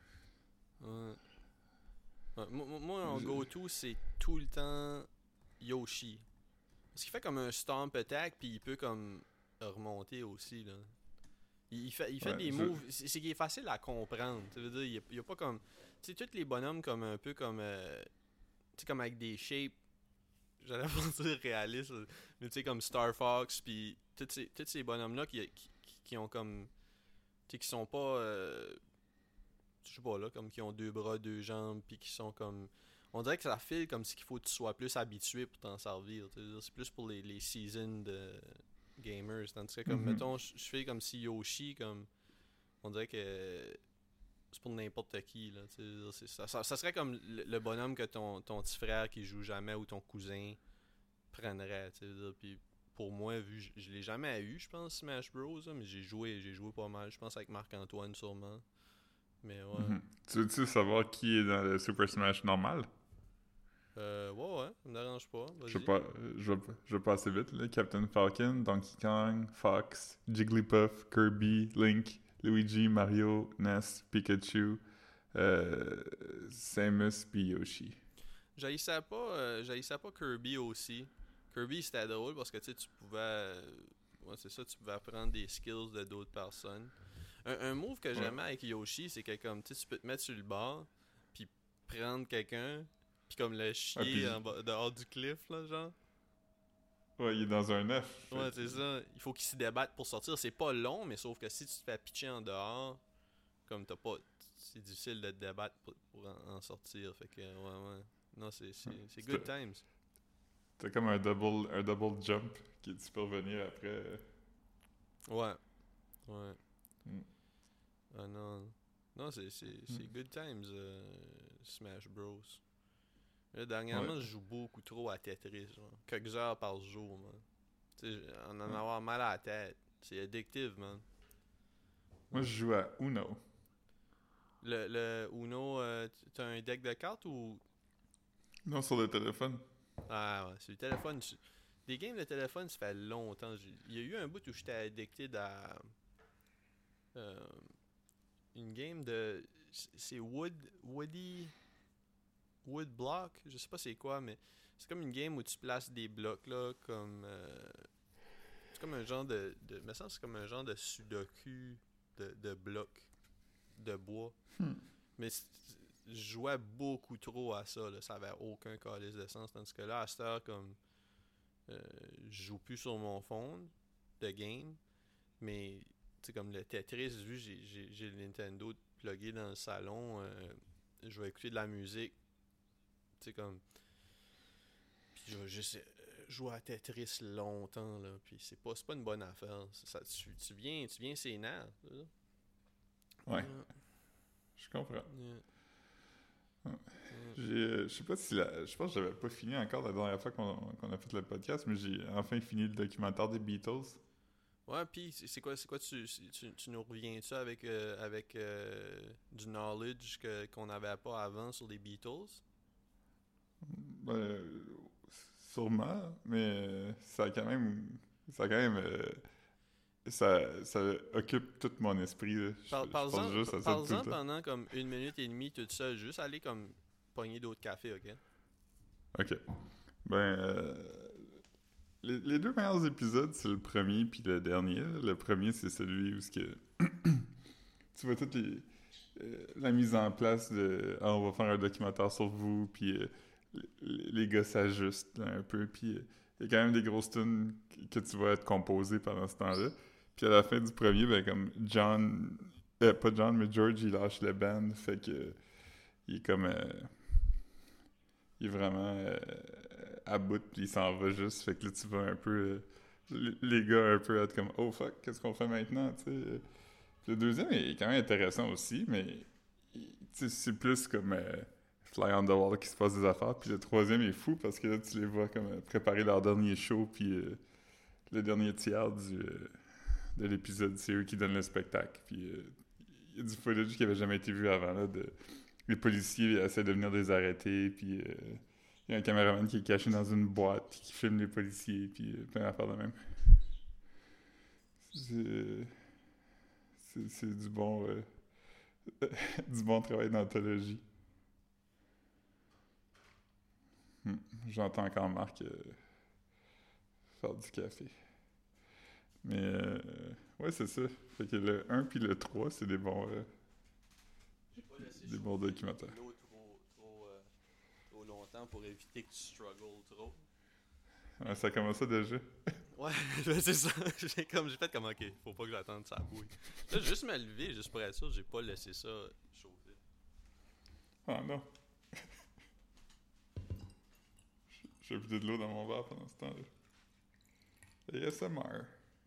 Ouais. Ouais, Moi, moi, moi, mon Je- go-to, c'est tout le temps Yoshi. Parce qu'il fait comme un stomp attack, puis il peut comme remonter aussi, là. Il, il fait, il fait Ouais, des je- moves, c'est c'est qu'il est facile à comprendre. Ça veut dire, il y a, il y a pas comme... Tu sais, tous les bonhommes comme un peu comme... euh, tu sais, comme avec des shapes, j'allais pas dire réalistes, mais tu sais, comme Star Fox, puis tous ces, tous ces bonhommes-là qui, qui, qui- qui ont comme... Tu sais, qui sont pas... euh, je sais pas, là, comme qui ont deux bras, deux jambes, puis qui sont comme... On dirait que ça file comme si qu'il faut que tu sois plus habitué pour t'en servir. Tu sais. C'est plus pour les, les seasoned euh, gamers. Tandis que, comme, Mhm. mettons, je je fais comme si Yoshi, comme... On dirait que c'est pour n'importe qui, là. Tu sais. C'est- Ça, ça, ça serait comme le, le bonhomme que ton, ton petit frère qui joue jamais ou ton cousin prendrait, tu sais. Puis pour moi, vu je, je l'ai jamais eu, je pense, Smash Bros, là, mais j'ai joué, j'ai joué pas mal. Je pense avec Marc-Antoine, sûrement. Mais ouais. Mhm. Tu veux-tu savoir qui est dans le Super Smash normal? Euh, ouais, ouais, ça me dérange pas. Je vais Vas-y. pas, je vais, je vais passer vite, là. Captain Falcon, Donkey Kong, Fox, Jigglypuff, Kirby, Link, Luigi, Mario, Ness, Pikachu, euh, Samus puis Yoshi. J'haïssais pas, euh, j'haïssais pas Kirby aussi. Kirby c'était drôle parce que tu sais, tu pouvais. euh, ouais, c'est ça, tu pouvais apprendre des skills de d'autres personnes. Un, un move que Ouais. j'aimais avec Yoshi, c'est que comme tu sais, tu peux te mettre sur le bord, puis prendre quelqu'un, puis comme le chier Ah, puis- en bas- dehors du cliff, là, genre. Ouais, il est dans un œuf. Ouais, fait c'est que- ça. Il faut qu'il se débatte pour sortir. C'est pas long, mais sauf que si tu te fais pitcher en dehors, comme t'as pas. C'est difficile de te débattre pour, pour en, en sortir. Fait que, ouais, ouais. Non, c'est c'est- c'est good C'était- times. T'as comme un double, un double jump qui tu peux revenir après. euh. Ouais. Ouais. Mm. Ah non. Non, c'est c'est- c'est Mm. good times, euh, Smash Bros. Là, dernièrement, Ouais. je joue beaucoup trop à Tetris. Genre. Quelques heures par jour, man. Tu sais, en en Ouais. avoir mal à la tête. C'est addictive, man. Moi, je joue à Uno. Le, le Uno, euh, t'as un deck de cartes ou. Non, sur le téléphone. Ah ouais, c'est le téléphone. tu- Des games de téléphone, ça fait longtemps. J'ai- Il y a eu un bout où j'étais addicted à. euh, une game de. C'est Wood. Woody. Wood Block. Je sais pas c'est quoi, mais c'est comme une game où tu places des blocs là, comme. euh, c'est comme un genre de. de me semble que c'est comme un genre de sudoku de, de blocs de bois. Hmm. Mais c'est- c'est- je jouais beaucoup trop à ça, là. Ça avait aucun calice de sens. Tandis que là, à cette heure, comme. euh, je joue plus sur mon phone de game. Mais, tu sais, comme le Tetris, vu que j'ai- j'ai j'ai le Nintendo plugué dans le salon, euh, je vais écouter de la musique. Tu sais, comme. Puis je vais juste euh, jouer à Tetris longtemps, là. Puis c'est pas, c'est pas une bonne affaire. Ça, tu, tu viens, tu viens ses nerfs, là. Ouais, Yeah, je comprends. yeah. Ouais. Yeah. J'ai, euh, je sais pas si la, je pense que j'avais pas fini encore la dernière fois qu'on qu'on a fait le podcast, mais j'ai enfin fini le documentaire des Beatles. Ouais, pis c'est c'est quoi, c'est quoi tu, c'est- tu, tu nous reviens-tu avec, euh, avec euh, du knowledge que, qu'on n'avait pas avant sur les Beatles? Ben, sûrement, mais euh, ça a quand même, ça a quand même, euh, ça, ça occupe tout mon esprit. Là. Je, Par, je par pense juste à ça tout le exemple, temps. pendant comme une minute et demie toute seule, juste aller comme pogner d'autres cafés, ok? Ok. Ben, euh, les, les deux meilleurs épisodes, c'est le premier puis le dernier. là. Le premier, c'est celui où ce que tu vois toute les, euh, la mise en place de ah, on va faire un documentaire sur vous, puis euh, les, les gars s'ajustent là, un peu, puis euh, il y a quand même des grosses tunes que tu vas être composées pendant ce temps-là. Puis à la fin du premier, ben comme John, euh, pas John, mais George, il lâche le band, fait que il est comme euh, il est vraiment euh, à bout, puis il s'en va juste, fait que là tu vas un peu euh, les gars un peu être comme oh fuck, qu'est-ce qu'on fait maintenant, tu sais. Le deuxième est quand même intéressant aussi, mais il- tu sais, c'est plus comme euh, Fly on the Wall qui se passe des affaires. Puis le troisième est fou parce que là, tu les vois comme euh, préparer leur dernier show, puis euh, le dernier tiers du, euh, de l'épisode, c'est eux qui donnent le spectacle. Puis euh, y a du footage qui avait jamais été vu avant, là, de... Les policiers essaient de venir les arrêter, puis... Euh, il y a un caméraman qui est caché dans une boîte, qui filme les policiers, puis euh, plein d'affaires de même. C'est... C'est, c'est du bon... Euh, du bon travail d'anthologie. Hmm. J'entends encore Marc euh, faire du café. Mais... Euh, ouais, c'est ça. Fait que le un puis le trois, c'est des bons... Euh, des bons documentaires. Longtemps pour éviter que tu struggles trop. Ouais, ça commence ça déjà. Ouais, c'est ça. J'ai, comme, j'ai fait comme, ok, faut pas que j'attende ça bouille. Là, juste me lever, juste pour être sûr, j'ai pas laissé ça chauffer. Ah non. J'ai vidé de l'eau dans mon verre pendant ce temps-là. A S M R.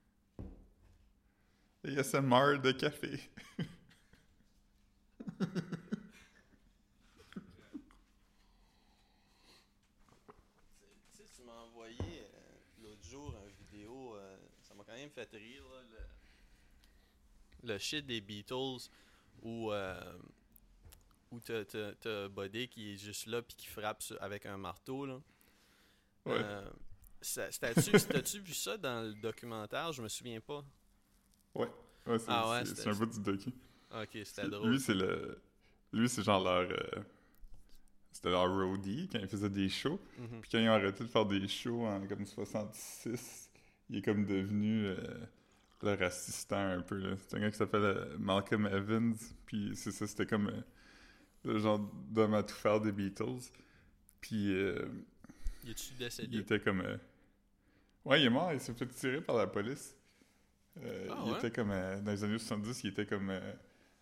A S M R de café. Envoyé euh, l'autre jour une vidéo, euh, ça m'a quand même fait rire, là, le, le shit des Beatles où, euh, où t'as, t'as, t'as Buddy qui est juste là puis qui frappe sur, avec un marteau. Là. Ouais. Euh, ça, t'as-tu, t'as-tu vu ça dans le documentaire? Je me souviens pas. Ouais, ouais, c'est, ah ouais, c'est, c'est un bout du docu. Ok, c'était c'est, drôle. Lui, c'est le. Lui, c'est genre leur. Euh... C'était leur roadie quand ils faisaient des shows. Mm-hmm. Puis quand ils ont arrêté de faire des shows en comme soixante-six, il est comme devenu euh, leur assistant un peu. Là. C'est un gars qui s'appelle euh, Malcolm Evans. Puis c'est ça, c'était comme euh, le genre d'homme à tout faire des Beatles. Puis euh, il est-tu décédé? Il était comme... Euh... Ouais, il est mort. Il s'est fait tirer par la police. Euh, ah, il ouais? était comme... Euh, dans les années soixante-dix, il était comme... Euh,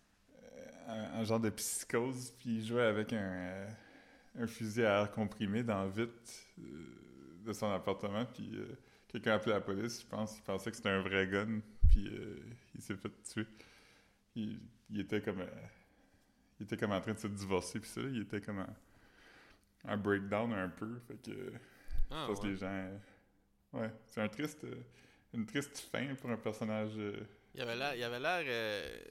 un, un genre de psychose. Puis il jouait avec un... Euh, un fusil à air comprimé dans le vitre euh, de son appartement, puis euh, quelqu'un a appelé la police, je pense, il pensait que c'était un vrai gun, puis euh, il s'est fait tuer. Il, il était comme... Euh, il était comme en train de se divorcer, puis ça, il était comme un, un breakdown un peu, fait que... Ah, je pense ouais. que les gens... Euh, ouais, c'est un triste... Euh, une triste fin pour un personnage... Euh, il avait l'air... Il avait l'air... Euh,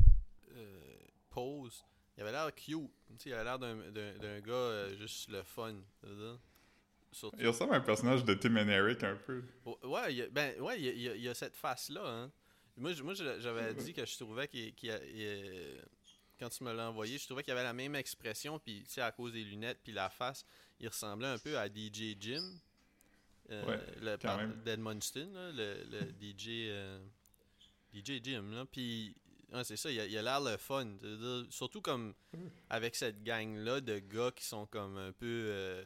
euh, pose... Il avait l'air cute. Il avait l'air d'un, d'un, d'un gars euh, juste le fun. Surtout. Il ressemble à un personnage de Tim and Eric un peu. Ouais, il y a, ben, ouais, il y a, il y a cette face-là. Hein. Moi, moi, j'avais dit que je trouvais qu'il, qu'il, qu'il, quand tu me l'as envoyé, je trouvais qu'il avait la même expression. Puis, tu sais, à cause des lunettes puis la face, il ressemblait un peu à D J Jim. Euh, ouais, le par, d'Edmundston, là, le, le D J euh, D J Jim. Là. Puis... Ouais, c'est ça, il a, il a l'air le fun. Surtout comme avec cette gang-là de gars qui sont comme un peu. Euh,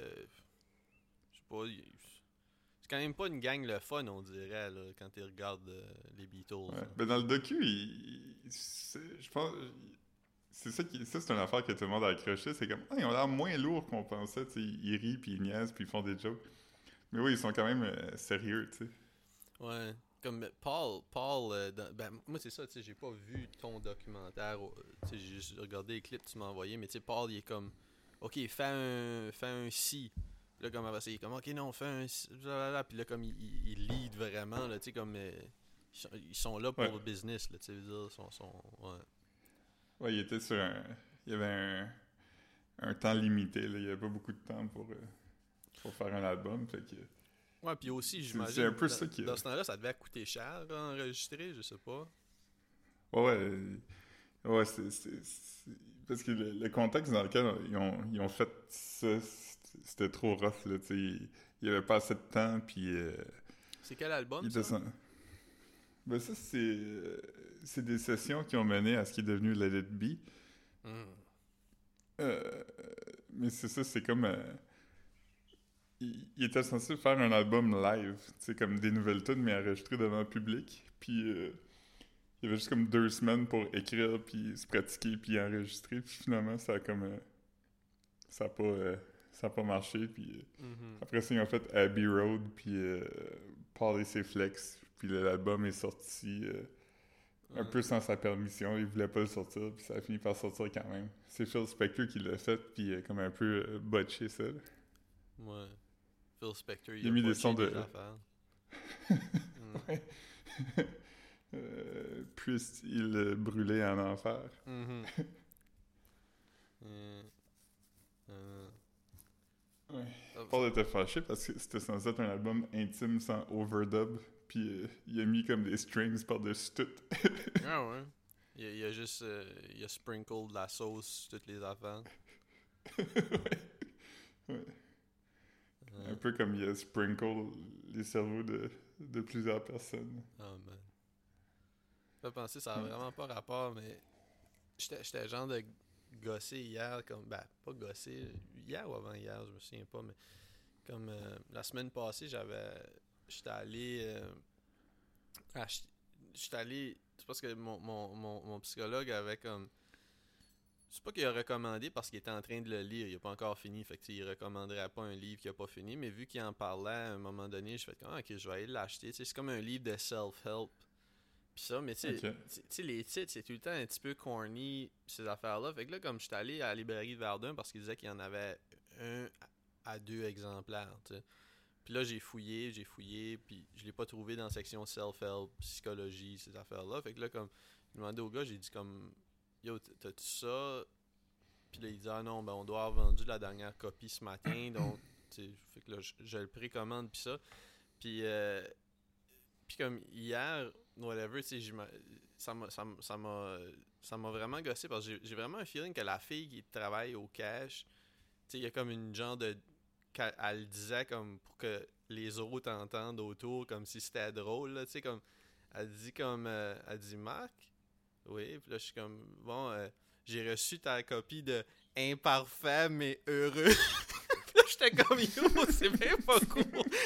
je sais pas. C'est quand même pas une gang le fun, on dirait, là, quand tu regardes euh, les Beatles. Ouais. Ben dans le docu, il, il, c'est, je pense. Il, c'est ça qui. Ça, c'est une affaire que tout le monde a accroché. C'est comme. Ah, ils ont l'air moins lourds qu'on pensait. T'sais. Ils rient, puis ils niaisent, puis ils font des jokes. Mais oui, ils sont quand même euh, sérieux, tu sais. Ouais. Comme Paul, Paul euh, dans, ben, moi c'est ça, tu sais, j'ai pas vu ton documentaire, tu sais, j'ai juste regardé les clips que tu m'as envoyés, mais tu sais, Paul, il est comme, ok, fais un, fais un si, là, comme, il est comme, ok, non, fais un si, puis là, comme, il, il, il lead vraiment, là, tu sais, comme, euh, ils, sont, ils sont là pour ouais. le business, là, tu sais, dire, sont, sont, ouais. Ouais, il était sur un, il y avait un, un temps limité, là, il y avait pas beaucoup de temps pour, euh, pour faire un album, fait que... Ouais, puis aussi, j'imagine, c'est un peu dans, ça qui dans ce temps-là, ça devait coûter cher à enregistrer, je sais pas. Ouais, ouais, ouais c'est, c'est, c'est... Parce que le, le contexte dans lequel ils ont, ils ont fait ça, c'était trop rough, là, tu sais. Il n'y avait pas assez de temps, puis... Euh, c'est quel album, ça? Sans... Ben ça, c'est... C'est des sessions qui ont mené à ce qui est devenu Let It Be. Mm. Euh, mais c'est ça, c'est comme... Euh, Il, il était censé faire un album live, tu sais, comme des nouvelles tunes, mais enregistrées devant le public. Puis euh, il y avait juste comme deux semaines pour écrire, puis se pratiquer, puis enregistrer. Puis finalement, ça a comme... Euh, ça a pas... Euh, ça a pas marché. Puis euh, mm-hmm. après ça, ils ont fait Abbey Road, puis euh, Paul et ses Flex. Puis l'album est sorti euh, un mm-hmm. peu sans sa permission. Il voulait pas le sortir, puis ça a fini par sortir quand même. C'est Phil Spector qui l'a fait, puis euh, comme un peu euh, botché ça. Là. Ouais. Phil Spector, il, il a, a mis des sons de... mm. ouais. euh, puisse-t-il brûler en enfer. Mm-hmm. euh, euh, Ouais. oh, Paul était fâché parce que c'était censé être un album intime sans overdub, puis euh, il a mis comme des strings par-dessus tout. ah ouais. Il, a- il a juste. Euh, il a sprinkle de la sauce sur toutes les affaires. ouais. Ouais. Euh, Un peu comme il a sprinkle les cerveaux de, de plusieurs personnes. oh man. Je vais penser, ça a Ouais. vraiment pas rapport, mais. J'étais j'étais genre de gosser hier, comme. Ben, pas gosser. Hier ou avant hier, je me souviens pas, mais. Comme euh, la semaine passée, j'avais. J'étais allé. Euh, ah, j'étais j'étais allé. C'est parce que mon, mon, mon, mon psychologue avait comme. C'est pas qu'il a recommandé parce qu'il était en train de le lire, il a pas encore fini, fait que tu sais, il recommanderait pas un livre qui a pas fini, mais vu qu'il en parlait à un moment donné, je fais comme ah, ok, je vais aller l'acheter. Tu sais, c'est comme un livre de self-help. Pis ça, mais tu sais, Ok. tu sais, les titres, c'est tout le temps un petit peu corny, ces affaires-là. Fait que là, comme j'étais allé à la librairie de Verdun parce qu'il disait qu'il y en avait un à deux exemplaires, tu sais. Puis là, j'ai fouillé, j'ai fouillé, puis je l'ai pas trouvé dans la section self-help, psychologie, ces affaires-là. Fait que là, comme, j'ai demandé au gars, j'ai dit comme, yo, t'as-tu ça? Puis là, il dit, ah non, ben on doit avoir vendu la dernière copie ce matin, donc, tu sais, fait que là, je, je le précommande, puis ça. Puis, euh, puis comme hier, whatever, tu sais, j'ima- ça m'a, ça m'a, ça m'a, ça m'a vraiment gossé parce que j'ai, j'ai vraiment un feeling que la fille qui travaille au cash, tu sais, il y a comme une genre de qu'elle elle disait comme pour que les autres entendent autour comme si c'était drôle là, tu sais comme elle dit comme euh, elle dit Marc, oui, puis là je suis comme bon euh, j'ai reçu ta copie de Imparfait mais heureux. Puis là j'étais comme yo, c'est bien pas cool.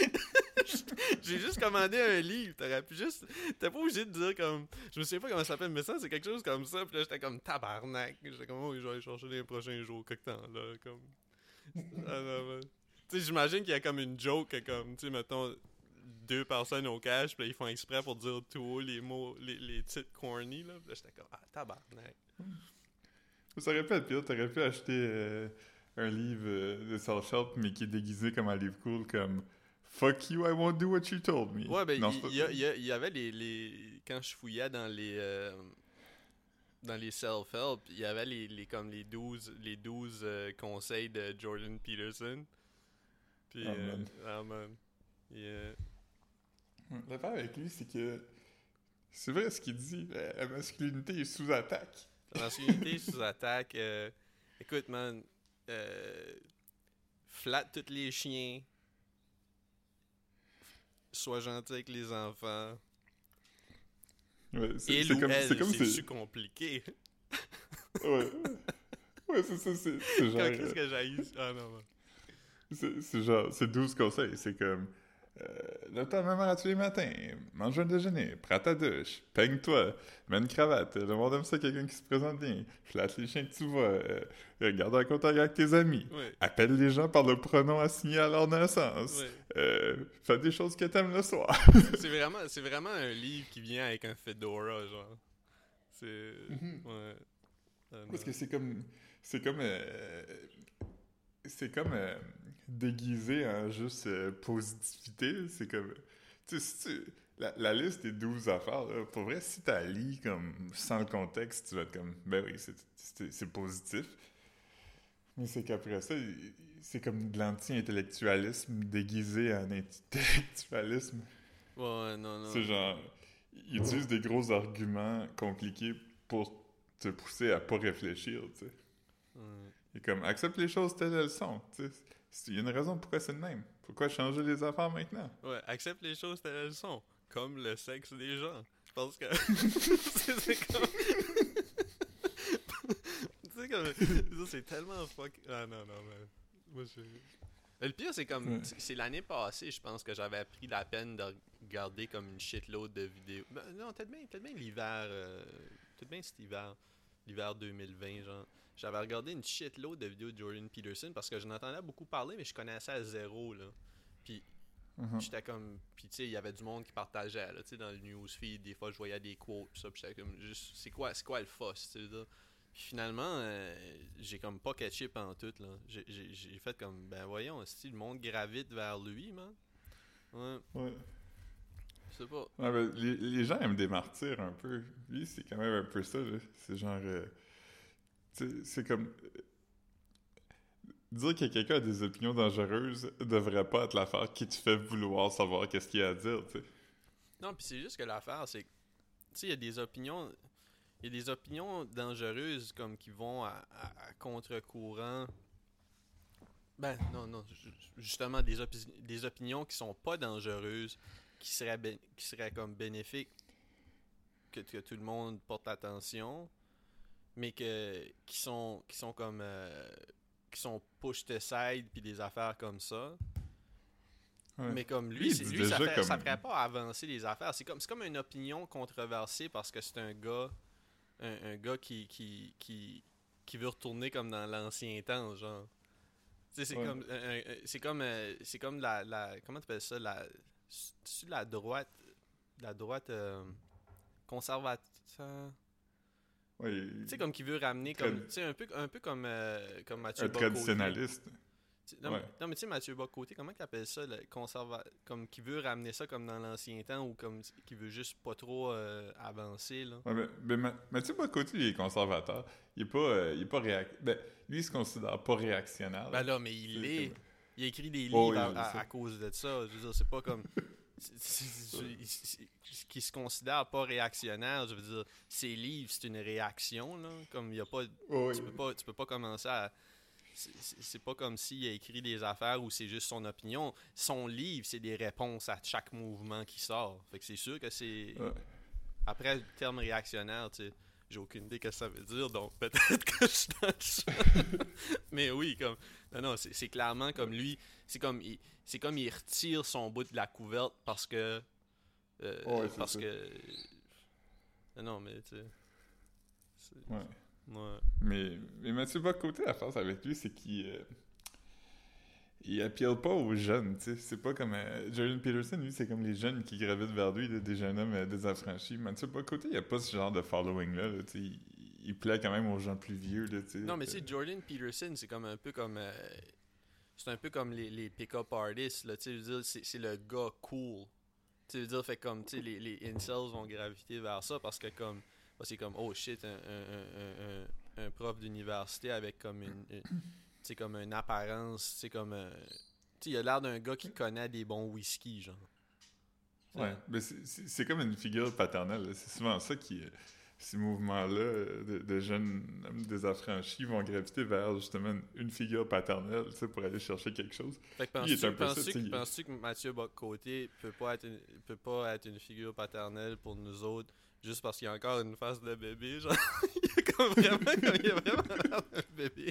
J'ai juste commandé un livre, t'aurais pu juste t'es pas obligé de dire comme je me souviens pas comment ça s'appelle mais ça c'est quelque chose comme ça, puis là j'étais comme tabarnak, j'étais comme oh je vais aller chercher les prochains jours quelque temps là comme ah, non, man. Tu sais, j'imagine qu'il y a comme une joke, que comme, tu sais, mettons, deux personnes au cash, puis là, ils font exprès pour dire tout haut les mots, les, les titres corny, là. Puis là, j'étais comme, ah, tabarnak. Ça aurait pu être pire, t'aurais pu acheter euh, un livre euh, de self-help, mais qui est déguisé comme un livre cool, comme Fuck you, I won't do what you told me. Ouais, ben, Non, il c'est pas... y, y, a- y, a- y avait les, les. Quand je fouillais dans les. Euh, dans les self-help, il y avait les, les, comme les douze, les douze euh, conseils de Jordan Peterson. Puis, Oh, euh, man. ah, man. Yeah. L'affaire avec lui, c'est que c'est vrai ce qu'il dit, la, la masculinité est sous attaque. La masculinité sous attaque. Euh, écoute, man. Euh, flatte tous les chiens. Sois gentil avec les enfants. Ouais, c'est, Il c'est ou comme, elle, c'est comme c'est c'est... compliqué. Ouais, ouais, c'est ça, c'est, c'est genre... Qu'est-ce euh, que j'ai Ah non, non. c'est, c'est genre, c'est douze conseils, c'est comme... Euh, lève ta maman à tous les matins, mange un déjeuner, prends ta douche, peigne-toi, mets une cravate, le monde aime ça quelqu'un qui se présente bien, flatte les chiens que tu vois, euh, garde un contact avec tes amis, Ouais. appelle les gens par le pronom assigné à leur naissance, Ouais. euh, fais des choses que t'aimes le soir. C'est vraiment, c'est vraiment un livre qui vient avec un fedora, genre. C'est. Mm-hmm. Ouais. Ah, non. Parce que c'est comme... C'est comme... euh, c'est comme euh, déguisé en juste euh, positivité. C'est comme... Tu sais, si tu... La, la liste des douze affaires, là, pour vrai, si t'as lis comme sans le contexte, tu vas être comme... Ben oui, c'est, c'est, c'est positif. Mais c'est qu'après ça, il- c'est comme de l'anti-intellectualisme déguisé en intellectualisme. Ouais, non, non. C'est genre... Ils utilisent des gros arguments compliqués pour te pousser à pas réfléchir, tu sais. Ouais. Et comme, accepte les choses telles elles sont. Tu sais, il y a une raison pourquoi c'est le même. Pourquoi changer les affaires maintenant? Ouais, accepte les choses telles elles sont. Comme le sexe des gens. Je pense que. c'est, c'est comme. tu sais, comme. Ça, c'est tellement fuck. Ah non, non, mais. Moi, je. Mais le pire, c'est comme. Ouais. C'est c'est l'année passée, je pense, que j'avais pris la peine de regarder comme une shitload de vidéos. Ben, non, peut-être bien, peut-être bien l'hiver. Euh, peut-être bien cet hiver. L'hiver deux mille vingt, genre. J'avais regardé une shitload de vidéos de Jordan Peterson parce que j'en entendais beaucoup parler, mais je connaissais à zéro, là. Puis Mhm. j'étais comme. Puis tu sais, il y avait du monde qui partageait, là. Tu sais, dans le newsfeed, des fois, je voyais des quotes, pis ça. Puis j'étais comme, juste, c'est quoi, c'est quoi le fuss, tu sais, là. Puis finalement, euh, j'ai comme pas catché en tout, là. J'ai, j'ai, j'ai fait comme, ben voyons, si le monde gravite vers lui, man. Ouais. Ouais. Je sais pas. Ouais, ben, les, les gens aiment des martyrs un peu. Lui, c'est quand même un peu ça, là. C'est genre... euh, tu sais, c'est comme... Dire que quelqu'un a des opinions dangereuses devrait pas être l'affaire qui te fait vouloir savoir qu'est-ce qu'il y a à dire, tu sais. Non, puis c'est juste que l'affaire, c'est que, tu sais, il y a des opinions, il y a des opinions dangereuses comme qui vont à, à- à contre-courant. Ben, non, non, ju- justement, des, opi- des opinions qui sont pas dangereuses, qui seraient, bé- qui seraient comme bénéfiques, que, que tout le monde porte attention, mais que, qui sont, qui sont comme, euh, qui sont pushed aside, puis des affaires comme ça. Ouais. Mais comme Lui, lui, il c'est, dit lui ça, déjà fait, comme... ça ferait pas avancer les affaires. C'est comme, c'est comme une opinion controversée parce que c'est un gars, un, un gars qui, qui, qui, qui veut retourner comme dans l'ancien temps, genre. Tu sais, c'est Ouais. comme, un- un- c'est comme, euh, c'est comme la, la, comment tu appelles ça, la, c'est la droite, la droite euh, conservateur. Ouais, Tu sais, comme qui veut ramener, trad- comme, tu sais, un peu, un peu comme, euh, comme Mathieu un Bocoté. traditionnaliste. Tu- Non, Ouais. mais- non, mais tu sais, Mathieu Bocoté, comment il appelle ça, le conserva... comme qui veut ramener ça comme dans l'ancien temps ou comme qui veut juste pas trop euh, avancer, là. Ouais, ben, ben, Ma- Mathieu Bocoté, il est conservateur. Il est pas, euh, il est pas réac... Ben, lui, il se considère pas réactionnaire. Ben là, mais il C'est l'est. comme- Il a écrit des Oh, livres oui, à, je à- sais. à cause de ça. Je veux dire, c'est pas comme. c'est- c'est- c'est- c'est- c'est- Qui se considère pas réactionnaire, je veux dire, ses livres, c'est une réaction, là. Comme il y a pas. Oh, Tu oui. peux pas, tu peux pas commencer à. C'est c'est- c'est pas comme s'il a écrit des affaires où c'est juste son opinion. Son livre, c'est des réponses à chaque mouvement qui sort. Fait que c'est sûr que c'est. Ouais. Après, le terme réactionnaire, tu sais, j'ai aucune idée ce que ça veut dire, donc peut-être que je suis dans le champ. Mais oui, comme. Non, non, c'est c'est clairement comme lui. C'est comme, il, c'est comme il retire son bout de la couverte parce que. euh, Ouais, c'est parce ça. que. Non, non, mais tu sais. c'est- Ouais. Ouais. Mais, mais Mathieu Bocoté, la force avec lui, c'est qu'il... euh, il appeale pas aux jeunes, tu sais. C'est pas comme... euh, Jordan Peterson, lui, c'est comme les jeunes qui gravitent vers lui, là, des jeunes hommes euh, désaffranchis. Mathieu Bocoté, il a pas ce genre de following-là, là, tu sais. Il, il plaît quand même aux gens plus vieux, là, tu sais. Non, mais tu sais, Euh, Jordan Peterson, c'est comme un peu comme. euh, c'est un peu comme les, les pick-up artists, là. Tu sais, je veux dire, c'est c'est le gars cool. Tu veux dire, fait comme, tu sais, les, les incels vont graviter vers ça parce que, comme. bah, c'est comme, oh shit, un, un, un, un, un prof d'université avec comme une. une tu sais, comme une apparence, tu sais, comme. euh, tu sais, il a l'air d'un gars qui connaît des bons whisky, genre. Ouais, mais c'est- c'est c'est comme une figure paternelle, là. C'est souvent ça qui... euh, Ces mouvements-là euh, de, de jeunes hommes désaffranchis vont graviter vers justement une, une figure paternelle, tu sais, pour aller chercher quelque chose. Fait que Lui, il est penses-tu un peu ça, penses-tu tu sais, que, il- penses-tu que Mathieu Bocoté peut pas être une, peut pas être une figure paternelle pour nous autres juste parce qu'il a encore une face de bébé, genre il a comme vraiment comme il a vraiment l'air d'un bébé.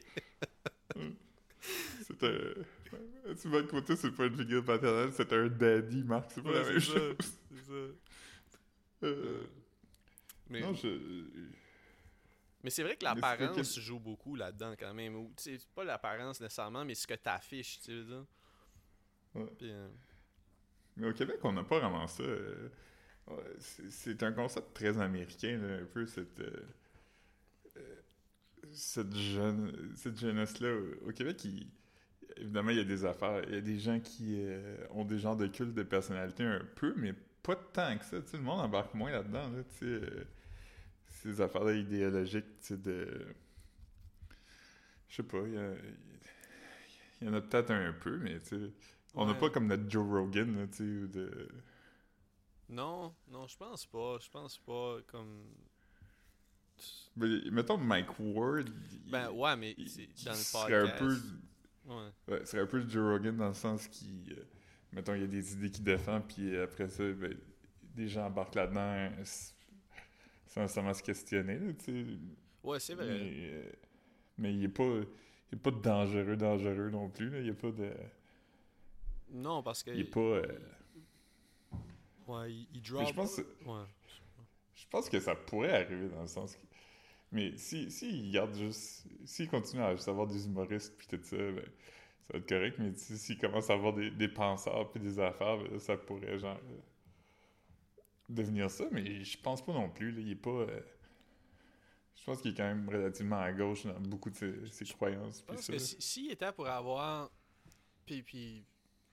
C'est un... Tu vas de côté, c'est pas une figure paternelle, c'est un daddy, Marc, c'est pas Ouais, la même c'est ça, chose. c'est ça. Euh, Mais, Non, je... mais c'est vrai que Mais c'est pas l'apparence joue beaucoup là-dedans quand même. Ou, tu sais, c'est pas l'apparence nécessairement, mais ce que t'affiches, tu veux dire. Ouais. Puis, euh, Mais au Québec, on n'a pas vraiment ça. euh, ouais, c'est c'est un concept très américain, là, un peu, cette... euh, euh, cette jeune, cette jeunesse-là. Au Québec, il- évidemment, il y a des affaires. Il y a des gens qui euh, ont des genres de culte de personnalité un peu, mais pas tant que ça. Tu sais, le monde embarque moins là-dedans. Là, tu sais, euh, ces affaires-là idéologiques, tu sais, de... Je sais pas, il y, a- il y en a peut-être un peu, mais tu sais, on n'a Ouais. pas comme notre Joe Rogan, là, tu sais, ou de... non, non, je pense pas. Je pense pas comme. Mais, mettons Mike Ward, il- Ben ouais, mais il- c'est il dans le serait un peu... podcast. Ouais. Ouais, serait un peu Joe Rogan dans le sens qui, euh, mettons, il y a des idées qu'il défend, puis après ça, ben, des gens embarquent là-dedans euh, s- sans nécessairement se questionner, là, tu sais. Ouais, c'est vrai. Mais, euh, mais il est pas, il est pas dangereux, dangereux non plus, là. Il y a pas de... Non, parce que. Il est pas... euh, Ouais, il, il mais drop. je pense, Ouais. je pense que ça pourrait arriver dans le sens que... Mais si, si il garde juste... S'il continue à juste avoir des humoristes puis tout ça, ben, ça va être correct, mais si- s'il commence à avoir des, des penseurs puis des affaires, ben, ça pourrait, genre... euh, devenir ça, mais je pense pas non plus, là. Il est pas... euh, Je pense qu'il est quand même relativement à gauche dans beaucoup de ses, ses croyances. Je Puis pense ça. que si- s'il était pour avoir. Puis, puis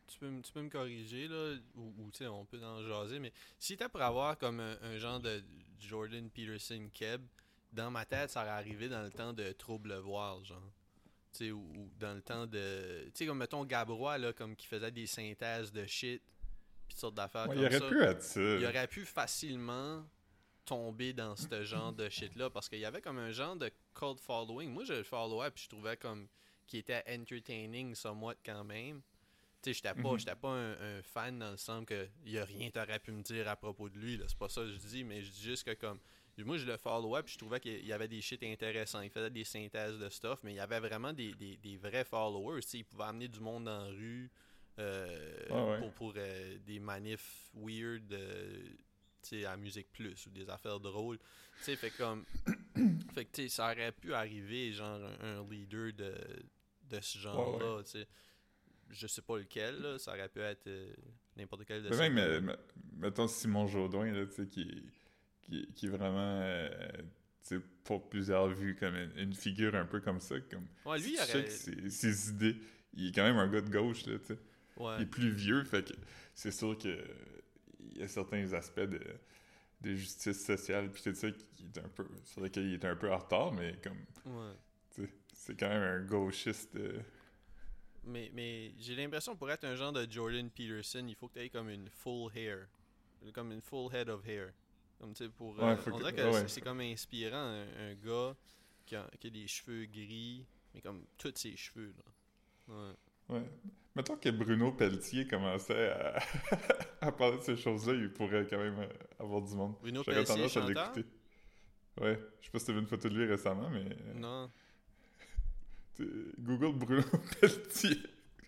tu peux, m- tu peux me corriger, là, ou, ou tu sais, on peut en jaser, mais si t'as pour avoir comme un, un genre de Jordan Peterson Keb, dans ma tête, ça aurait arrivé dans le temps de Trouble Voir, genre. Tu sais, ou, ou dans le temps de. Tu sais, comme mettons Gabrois, là, comme qui faisait des synthèses de shit, pis toutes sortes d'affaires Ouais, il comme aurait ça. pu être ça. Il aurait pu facilement tomber dans ce genre de shit-là, parce qu'il y avait comme un genre de cult following. Moi, je le followais, puis je trouvais comme qu'il était entertaining somewhat quand même. Tu sais, j'étais pas, Mhm. j'étais pas un, un fan dans le sens que y a rien t'aurais pu me dire à propos de lui, là. C'est pas ça que je dis, mais je dis juste que comme. Moi, je le followais, puis je trouvais qu'il y avait des shit intéressants. Il faisait des synthèses de stuff, mais il y avait vraiment des, des, des vrais followers. Tu sais, il pouvait amener du monde dans la rue euh, Ah ouais. pour, pour euh, des manifs weird euh, tu sais, à Musique Plus ou des affaires drôles. Tu sais, fait comme. Fait que, tu sais, ça aurait pu arriver, genre, un, un leader de, de ce Ouais, genre-là, ouais. tu sais. Je sais pas lequel, là. Ça aurait pu être euh, n'importe quel de Mais ces même, gars-là. euh, me- mettons Simon Jaudoin, là, tu sais, qui, est- qui, est- qui est vraiment, euh, tu sais, pour plusieurs vues, comme une, une figure un peu comme ça. Comme, Ouais, lui, si il tu checkes aurait. ses, ses idées, il est quand même un gars de gauche, là, tu sais. Il Ouais. est plus vieux, fait que c'est sûr que euh, il y a certains aspects de, de justice sociale, puis tout ça, qui est un peu, sur lesquels il est un peu en retard, mais comme, Ouais. tu sais, c'est quand même un gauchiste. euh, Mais, mais j'ai l'impression pour être un genre de Jordan Peterson, il faut que tu aies comme une full hair. Comme une full head of hair. Comme tu sais, pour. Ouais, euh, faut on que, dirait ouais, que c'est ouais. c'est comme inspirant, un, un gars qui a, qui a des cheveux gris, mais comme tous ses cheveux, là. Ouais. Ouais. Mettons que Bruno Pelletier commençait à, à parler de ces choses-là, il pourrait quand même euh, avoir du monde. Bruno J'aurais Pelletier, tendance à chanteur? l'écouter. Ouais, je sais pas si t'as vu une photo de lui récemment, mais euh, Non. tu- Google Bruno Pelletier.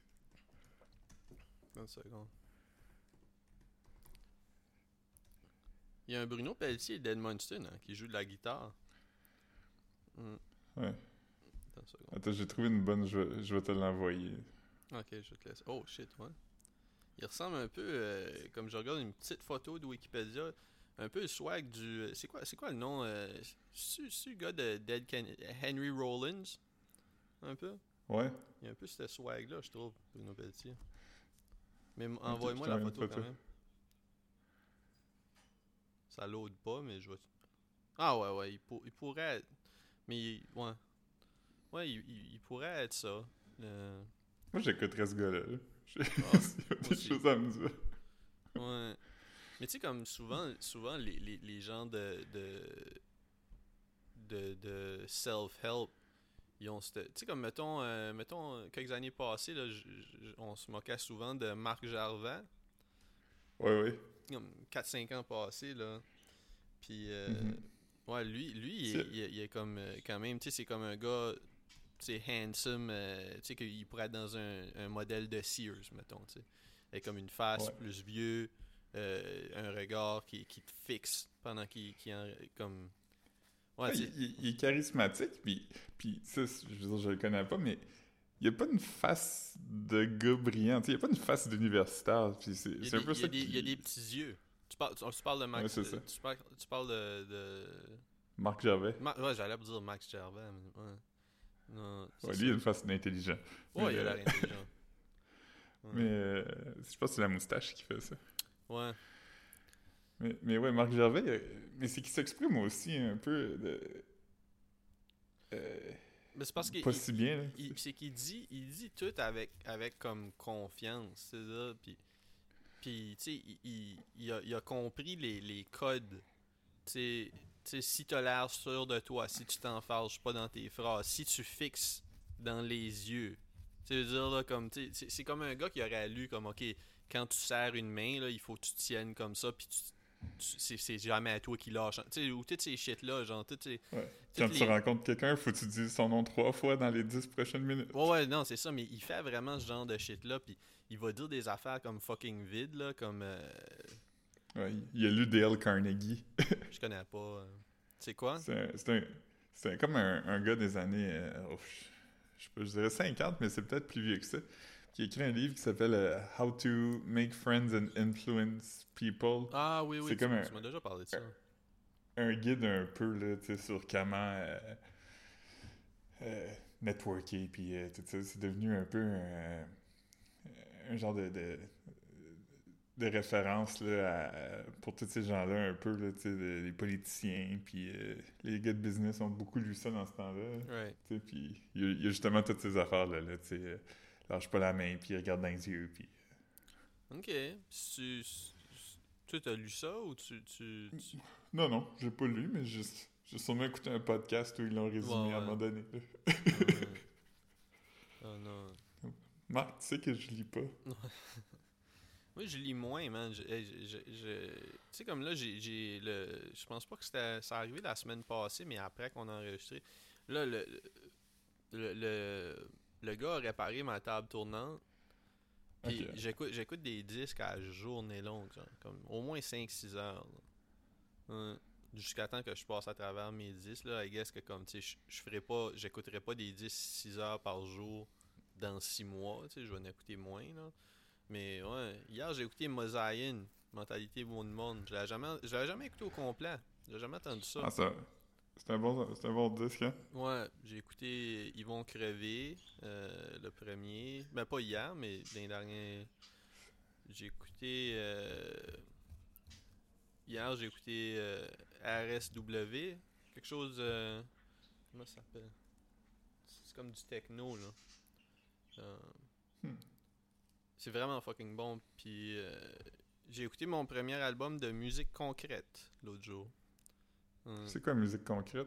Une seconde. Il y a un Bruno Pelletier d'Edmundston hein, qui joue de la guitare. Hmm. Ouais. Attends une seconde. Attends, j'ai trouvé une bonne, je vais, je vais te l'envoyer. Ok, je te laisse. Oh shit, ouais. Il ressemble un peu, euh, comme je regarde une petite photo de Wikipédia, un peu le swag du. C'est quoi, c'est quoi le nom euh, C'est c'est le gars de Dead Can... Henry Rollins Un peu Ouais? Il y a un peu ce swag-là, je trouve, Bruno Pelletier. Mais m- Attends, je envoie-moi la t'envoie une photo, quand même. Ça load pas, mais je vois. Ah ouais, ouais, il, pour- il pourrait être. Mais il- ouais. Ouais, il, il- il pourrait être ça. Le- Moi, j'écouterais ce gars-là. là. J'ai Ah, il y a moi des aussi. choses à me dire. Ouais. Mais tu sais, comme souvent, souvent les, les, les gens de, de, de, de self-help, ils ont cette. Tu sais, comme mettons, euh, mettons, euh, quelques années passées, là, j- j- on se moquait souvent de Marc Jarvin, Ouais, ouais. comme quatre cinq ans passés, là. Puis, euh, Mhm. ouais, lui, lui il, est, C'est- il est- il est comme, euh, quand même, tu sais, c'est comme un gars, tu sais, handsome, euh, tu sais, qu'il pourrait être dans un, un modèle de Sears, mettons, tu sais. Avec comme une face Ouais. plus vieux, euh, un regard qui, qui te fixe pendant qu'il, qu'il en, comme, ouais, Ouais, tu il, sais, il- il est charismatique, puis, puis ça, c'est- je veux dire, je le connais pas, mais il n'y a pas une face de gars brillant, tu sais, il n'y a pas une face d'universitaire, puis c'est il y a c'est un des, peu il y a ça des, il y a des qui... petits yeux. Tu parles, tu, tu parles de Ouais, Max, c'est euh, ça. tu parles, tu parles de, de... Marc Gervais. Ma- ouais, j'allais dire Max Gervais, mais ouais. Non, c'est Ouais, ça. lui, il a une face d'intelligent. Mais, Ouais, il a euh, l'air intelligent. mais Ouais. euh, je pense que c'est la moustache qui fait ça. Ouais. Mais, mais ouais, Marc Gervais, euh, mais c'est qu'il s'exprime aussi un peu de... euh, Mais c'est parce que pas il- si bien, là. il- il- c'est qu'il dit, il dit tout avec, avec comme confiance, c'est ça. Puis, puis tu sais, il, il, il a, il a compris les, les codes. Tu sais, tu sais, si t'as l'air sûr de toi, si tu t'enfarges pas dans tes phrases, si tu fixes dans les yeux. Tu veux dire, là, comme, tu sais, c'est c'est comme un gars qui aurait lu, comme, ok, quand tu serres une main, là, il faut que tu tiennes comme ça, puis tu, tu- c'est c'est jamais à toi qui lâche. Tu sais, ou toutes ces shit-là, genre, toutes ces. Ouais. toutes Quand tu les- rencontres quelqu'un, faut que tu dises son nom trois fois dans les dix prochaines minutes. Ouais, ouais, non, c'est ça, mais il fait vraiment ce genre de shit-là, puis il va dire des affaires comme fucking vide, là, comme. euh, Ouais, il a lu Dale Carnegie. je connais pas. euh, c'est quoi? C'est un, c'est un- c'est un- comme un, un gars des années, euh, oh, je, je sais pas, je dirais cinquante, mais c'est peut-être plus vieux que ça, qui a écrit un livre qui s'appelle euh, How to Make Friends and Influence People. Ah oui, oui, C'est tu, comme un- tu m'as déjà parlé de ça. Un guide un peu là, tu sais, sur comment euh, euh, networker, puis euh, tout ça. C'est devenu un peu un, un genre de, de, de référence là, à- pour tous ces gens-là, un peu, là, tu sais, les, les politiciens, puis euh, les gars de business ont beaucoup lu ça dans ce temps-là. Ouais. Tu sais, puis il y, a- il y a justement toutes ces affaires-là, là, tu sais, euh, lâche pas la main, puis regarde dans les yeux, puis... Ok. Tu, tu as lu ça ou tu. tu, tu... Non, non, j'ai pas lu, mais j'ai j'ai sûrement écouté un podcast où ils l'ont résumé Ouais, à un ouais. moment donné. là. Euh, Oh non. Marc, tu sais que je lis pas. Moi, je lis moins, man. Je, je, je, je- Tu sais, comme là, j'ai j'ai le. Je pense pas que c'était. Ça arrivé la semaine passée, mais après qu'on a enregistré. Là, le. Le, le, le gars a réparé ma table tournante. Puis Ok. j'écoute, j'écoute des disques à journée longue, genre, comme au moins cinq six heures. Là. Ouais. Jusqu'à temps que je passe à travers mes disques, là, I guess que comme, tu sais, je, je ferais pas, j'écouterais pas des disques six heures par jour dans six mois, tu sais, je vais en écouter moins, là. Mais ouais, hier j'ai écouté Mosaïen, Mentalité Bon Monde. Je l'avais jamais, je l'avais jamais écouté au complet. J'ai jamais entendu ça. Ah, ça... C'est un bon, c'est un bon disque, hein? Ouais, j'ai écouté Ils vont crever, euh, le premier. Ben pas hier, mais dans les derniers. J'ai écouté. euh, Hier, j'ai écouté euh, R S W. Quelque chose. euh, Comment ça s'appelle? C'est comme du techno, là. Euh, Hmm. C'est vraiment fucking bon. Puis euh, j'ai écouté mon premier album de musique concrète l'autre jour. Hum. C'est quoi musique concrète?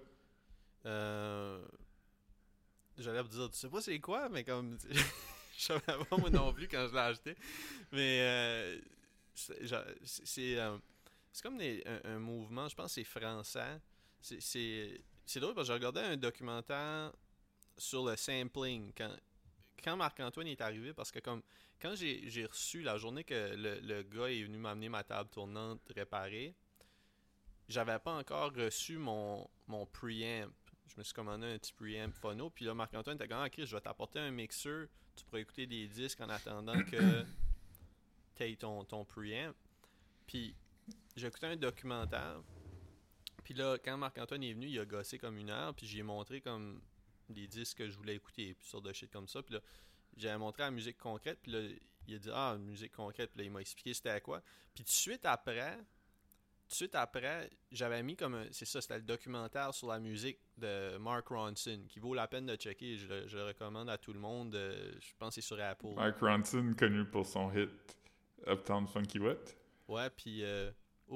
Euh, J'allais vous dire, tu sais pas c'est quoi, mais comme. Je savais pas moi non plus quand je l'ai acheté. Mais euh, c'est genre, c'est- c'est, euh, c'est comme des- un, un mouvement, je pense que c'est français. C'est c'est- c'est drôle parce que j'ai regardé un documentaire sur le sampling quand, quand Marc-Antoine est arrivé, parce que comme quand j'ai j'ai reçu la journée que le, le gars est venu m'amener ma table tournante réparée, j'avais pas encore reçu mon, mon preamp. Je me suis commandé un petit preamp phono, puis là Marc-Antoine était comme ah, Chris, je vais t'apporter un mixeur, tu pourras écouter des disques en attendant que t'aies ton, ton preamp. Puis j'ai écouté un documentaire, puis là quand Marc-Antoine est venu, il a gossé comme une heure, puis j'ai montré comme des disques que je voulais écouter, puis sortes de shit comme ça, puis là j'avais montré la musique concrète, puis là il a dit ah musique concrète, puis là il m'a expliqué c'était quoi. Puis tout de suite après tout de suite après, j'avais mis comme un, c'est ça, c'était le documentaire sur la musique de Mark Ronson, qui vaut la peine de checker. Je le, je le recommande à tout le monde. euh, je pense que c'est sur Apple. Mark Ronson, connu pour son hit Uptown Funky What? Ouais, puis euh,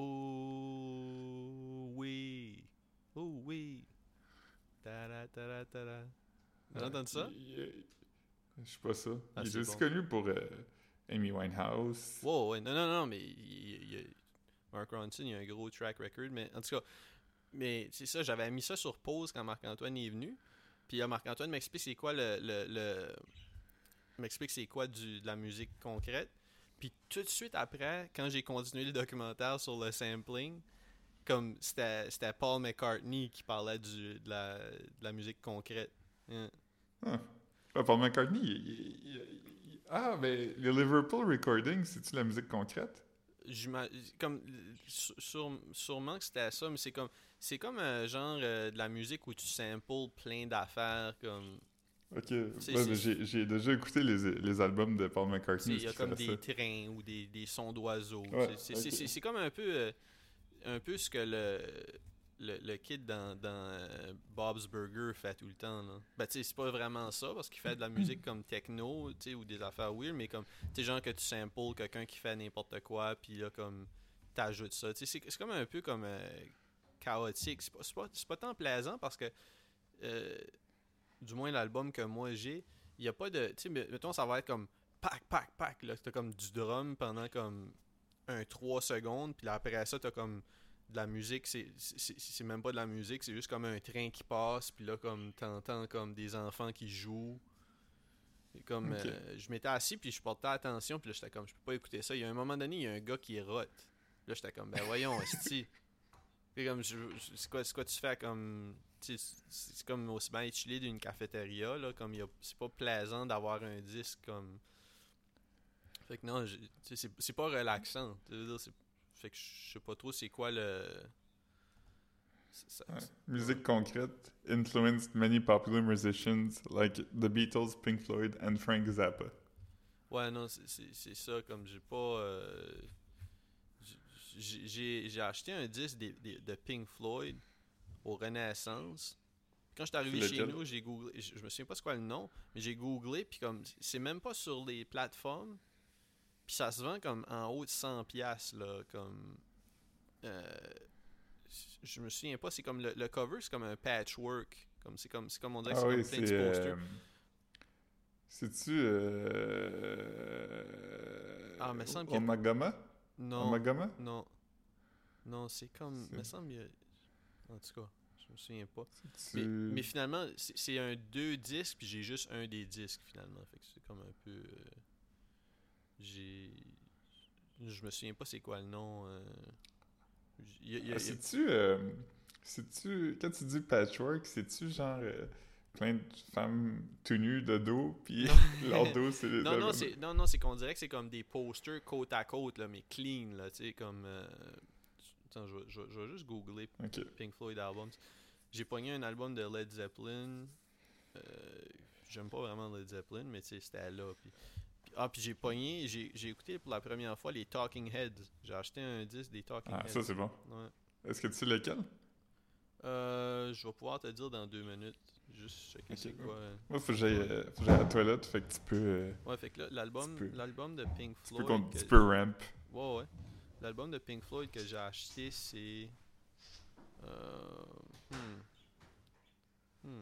oh oui, oh oui, ta-da, ta-da, ta-da. Vous avez entendu ça? Il- il- Je sais pas ça. Ah, il est c'est aussi bon. connu pour euh, Amy Winehouse. Wow, ouais, non, non, non, mais il- il- il- Mark Ronson, il a un gros track record, mais en tout cas, mais c'est ça, j'avais mis ça sur pause quand Marc-Antoine est venu. Puis là, Marc-Antoine m'explique c'est quoi le, le, le- m'explique c'est quoi du, de la musique concrète. Puis tout de suite après, quand j'ai continué le documentaire sur le sampling, comme c'était, c'était Paul McCartney qui parlait du, de, la, de la musique concrète. Hein. Ah. Ah, Paul McCartney, il- il- il- il- ah, mais le Liverpool Recording, c'est-tu la musique concrète? J'ima- comme sur- sûrement que c'était ça, mais c'est comme c'est comme un genre euh, de la musique où tu samples plein d'affaires comme Ok, C'est- ouais, c'est- mais j'ai, j'ai déjà écouté les, les albums de Paul tu sais, McCartney. il y a qui comme fait des ça. trains ou des, des sons d'oiseaux. Ouais, c'est, c'est, ok. c'est- c'est comme un peu euh, un peu ce que le le, le kid dans, dans euh, Bob's Burger fait tout le temps là. Ben tu sais, c'est pas vraiment ça parce qu'il fait de la musique comme techno, tu sais, ou des affaires weird, mais comme tu sais genre que tu samples quelqu'un qui fait n'importe quoi puis là comme t'ajoutes ça. Tu sais, c'est, c'est comme un peu comme euh, chaotique. C'est pas, c'est, pas, c'est pas tant plaisant parce que euh, du moins l'album que moi j'ai, il y a pas de. Tu sais, mettons, ça va être comme pack, pack, pack. Là, t'as comme du drum pendant comme un trois secondes, puis après ça, t'as comme de la musique. C'est, c'est, c'est même pas de la musique, c'est juste comme un train qui passe, puis là, comme t'entends comme des enfants qui jouent. Et comme Ok. euh, je m'étais assis, puis je portais attention, puis là, j'étais comme, je peux pas écouter ça. Il y a un moment donné, il y a un gars qui rote. Là, j'étais comme, ben voyons, hostie. Puis comme, je, je- c'est, quoi, c'est quoi tu fais comme. Tu sais, C'est c'est comme aussi bien être chillé d'une cafétéria, là. Comme, il y a- c'est pas plaisant d'avoir un disque comme. Fait que non, j'ai- tu sais, c'est, c'est pas relaxant. Tu veux dire, c'est- fait que je sais pas trop c'est quoi le. c'est- ça- Ouais. c'est- Musique concrète influenced many popular musicians like the Beatles, Pink Floyd, and Frank Zappa. Ouais, non, c'est, c'est, c'est ça, comme j'ai pas... euh, j'ai, j'ai, j'ai acheté un disque des- des- de Pink Floyd au Renaissance. Quand je suis C'est arrivé chez lequel? nous, j'ai googlé, je, je me souviens pas c'est quoi le nom, mais j'ai googlé, puis comme, c'est même pas sur les plateformes, puis ça se vend comme en haut de cent piastres, là, comme... euh, je me souviens pas, c'est comme le, le cover, c'est comme un patchwork, comme c'est comme, c'est comme on dirait que Ah c'est oui, comme plein c'est... de petits posters. euh, C'est-tu... Euh... Ah, mais il me semble qu'il y a... Omagama? Non, Omagama? non, non, c'est comme... Il me C'est... semble qu'il y a... En tout cas, je me souviens pas. Mais, mais C'est-tu... finalement, c'est c'est un deux disques, puis j'ai juste un des disques finalement. Fait que c'est comme un peu. euh, j'ai. Je me souviens pas c'est quoi le nom. euh, y a- y a- Ah, y a- c'est-tu... euh, C'est-tu... Quand tu dis patchwork, c'est-tu genre... euh, plein de femmes tout nues de dos, puis Non, leur dos, c'est les non, non, hommes. c'est non, non, c'est qu'on dirait que c'est comme des posters côte à côte, là, mais clean, là, tu sais, comme. euh, Attends, je, vais- je, vais- je vais juste googler Ok. Pink Floyd albums. J'ai pogné un album de Led Zeppelin. euh, J'aime pas vraiment Led Zeppelin, mais tu sais, c'était là. Puis, puis- ah, puis j'ai pogné, j'ai j'ai écouté pour la première fois les Talking Heads. J'ai acheté un disque des Talking Ah, Heads. ça, c'est bon. Ouais. Est-ce que tu sais lequel? Euh, je vais pouvoir te dire dans deux minutes. Juste checker Ok. c'est quoi. euh. Moi, faut que j'aille euh, faut que j'aille à la toilette, fait que tu peux... euh, Ouais, fait que là, l'album, Tu peux- l'album de Pink tu peux, Floyd. con- que- tu peux ramp. Ouais, ouais. L'album de Pink Floyd que j'ai acheté, c'est. Euh, hmm. Hmm.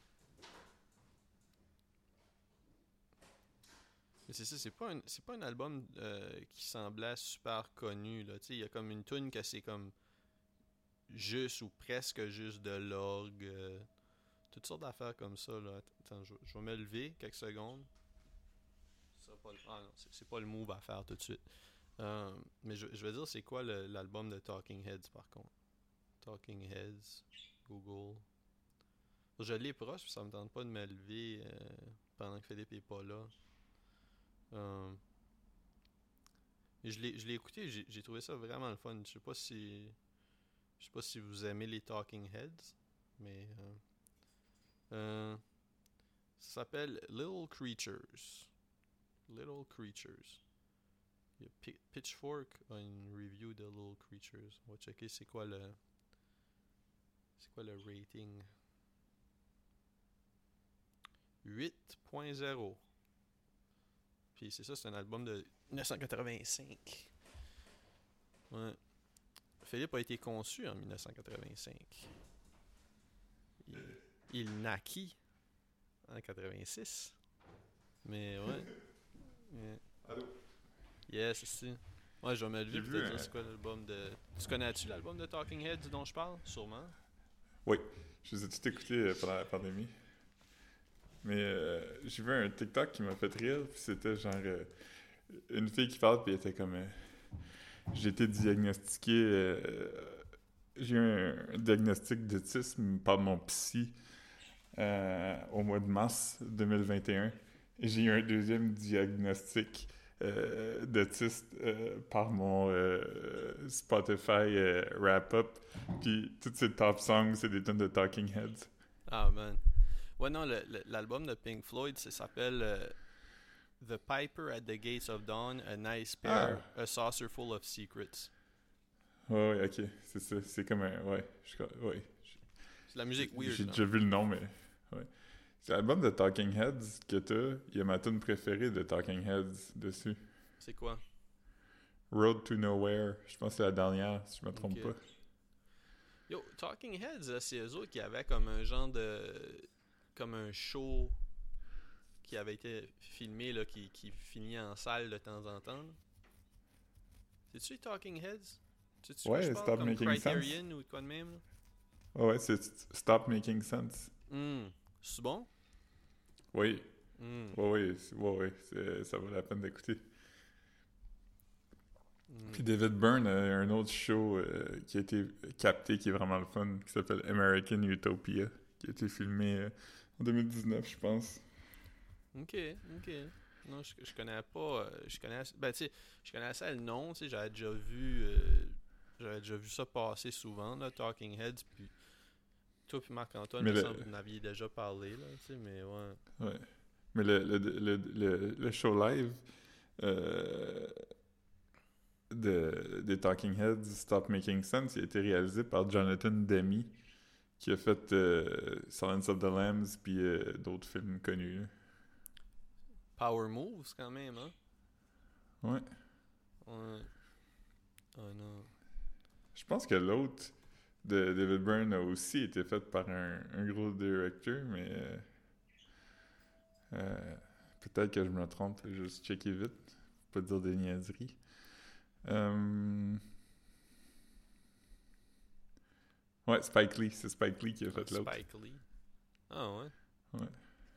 Mais c'est ça, c'est pas un, c'est pas un album euh, qui semblait super connu, là. Tu sais, il y a comme une tune que c'est comme juste ou presque juste de l'orgue. euh, toutes sortes d'affaires comme ça, là. Attends, je, je vais me lever quelques secondes. Ce sera pas le- ah non, c'est, c'est pas le move à faire tout de suite. Euh, mais je, je vais dire c'est quoi le- l'album de Talking Heads par contre. Talking Heads, Google. Je l'ai proche, puis ça me tente pas de me lever euh, pendant que Philippe est pas là. Euh, mais je l'ai, je l'ai écouté, j'ai, j'ai trouvé ça vraiment le fun. Je sais pas si, je sais pas si vous aimez les Talking Heads, mais euh, euh, ça s'appelle Little Creatures. Little Creatures. Il y a Pi- Pitchfork a une review de Little Creatures. On va checker c'est quoi le, c'est quoi le rating. huit point zéro. Puis c'est ça, c'est un album de dix-neuf cent quatre-vingt-cinq. Ouais. Philippe a été conçu en dix-neuf cent quatre-vingt-cinq. Il, il naquit en quatre-vingt-six. Mais ouais. Ouais. Allô? Yes, c'est ça. Ouais, je vais me lever J'ai pour vu te dire un- c'est quoi l'album de. Tu connais-tu l'album de Talking Heads dont je parle? Sûrement. Oui, je les ai tout écoutés euh, pendant la pandémie. Mais euh, j'ai vu un TikTok qui m'a fait rire, puis c'était genre euh, une fille qui parle, puis elle était comme euh, j'ai été diagnostiqué, euh, j'ai eu un, un diagnostic d'autisme par mon psy euh, au mois de mars deux mille vingt et un. Et j'ai eu un deuxième diagnostic euh, d'autiste euh, par mon euh, Spotify euh, wrap-up. Puis toutes ces top songs, c'est des tonnes de Talking Heads. Ah, man. Ouais, non, le- le- l'album de Pink Floyd, ça s'appelle euh, The Piper at the Gates of Dawn, A Nice Pair, A Saucer Full of Secrets. Ouais, ouais, ok, c'est ça. C'est comme un. Ouais, je, ouais. C'est de la musique weird. J'ai là. déjà vu le nom, mais. Ouais. C'est l'album de Talking Heads que t'as. Il y a ma tune préférée de Talking Heads dessus. C'est quoi? Road to Nowhere. Je pense que c'est la dernière, si je me trompe Ok. pas. Yo, Talking Heads, là, c'est eux autres qui avaient comme un genre de. Comme un show qui avait été filmé, là, qui, qui finit en salle de temps en temps. là. C'est-tu les Talking Heads? Tu sais Ouais, quoi je parle? Stop Comme Making Criterion ou quoi de même? là? Ouais, ouais, c'est Stop Making Sense. Hmm. C'est bon? Oui, Hmm. ouais, ouais, c'est- ouais, ouais, c'est- ça vaut la peine d'écouter. Hmm. Puis David Byrne a un autre show euh, qui a été capté, qui est vraiment le fun, qui s'appelle American Utopia, qui a été filmé euh, en deux mille dix-neuf, je pense. Ok, ok. Non, je, je connais pas. euh, Je connais. Ben, tu sais, je connaissais le nom, tu sais, j'avais déjà vu. euh, j'avais déjà vu ça passer souvent, là, Talking Heads. Puis toi, puis Marc-Antoine, Mais me le- semble que vous en aviez déjà parlé, là, tu sais, mais ouais. Ouais. Mais le, le, le, le, le show live euh, de, des Talking Heads, Stop Making Sense, il a été réalisé par Jonathan Demme, qui a fait euh, Silence of the Lambs puis euh, d'autres films connus. Là. Power Moves, quand même, hein? Ouais. Ouais. Oh non. Je pense que l'autre de David Byrne a aussi été fait par un, un gros directeur, mais euh, euh, peut-être que je me trompe, je vais juste checker vite, pas dire des niaiseries. Euh... Ouais, Spike Lee, c'est Spike Lee qui a fait Ah, l'autre. Spike Lee. Ah ouais? Ouais.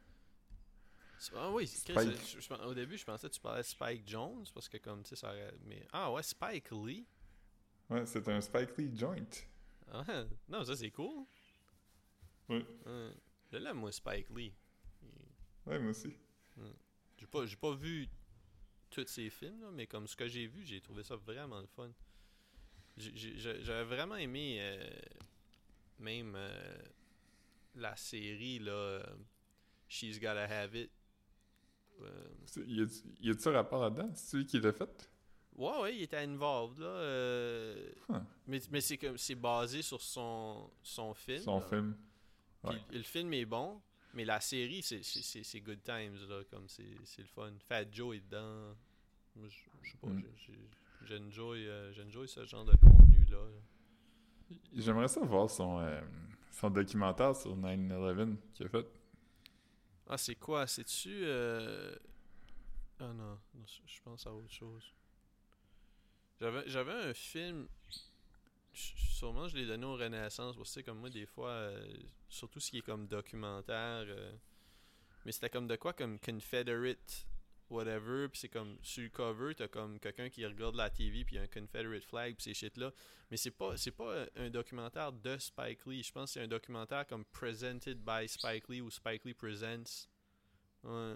Ah oui, Spike... Chris, je, je, au début je pensais que tu parlais de Spike Jones, parce que comme tu sais, ça aurait... Mais, ah ouais, Spike Lee? Ouais, c'est un Spike Lee joint. Ah, non, ça c'est cool. Ouais. Euh, je l'aime, moi, Spike Lee. Il... Ouais, moi aussi. Euh, j'ai pas, j'ai pas vu tous ses films, là, mais comme ce que j'ai vu, j'ai trouvé ça vraiment le fun. J'ai, j'ai, j'avais vraiment aimé euh, même euh, la série, là, euh, She's Gotta Have It. Euh, Y a-tu, y a-tu un rapport là-dedans? C'est celui qui l'a fait? Ouais, ouais, il était involved, là. Euh, Huh. Mais, mais c'est comme c'est basé sur son, son film. Son là. film. Puis Ouais. le film est bon, mais la série, c'est, c'est, c'est, c'est good times, là. Comme c'est, c'est le fun. Fat Joe est dedans. Moi, je je sais pas, Mm. j'ai- j'ai- j'enjoy, euh, j'enjoy ce genre de contenu-là. là. J'aimerais ça voir son, euh, son documentaire sur nine eleven qu'il a fait. Ah, c'est quoi? C'est-tu... Euh... Ah non, non, je je pense à autre chose. J'avais, j'avais un film... ch- Sûrement, je l'ai donné aux Renaissance. Parce que, tu sais, comme moi, des fois, euh, surtout ce qui est comme documentaire... euh, mais c'était comme de quoi? Comme Confederate... Whatever, puis c'est comme sur le cover, t'as comme quelqu'un qui regarde la T V, puis il y a un Confederate flag, puis ces shit-là. Mais c'est pas, c'est pas un documentaire de Spike Lee. Je pense que c'est un documentaire comme Presented by Spike Lee ou Spike Lee Presents. Ouais.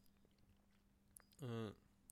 Ouais.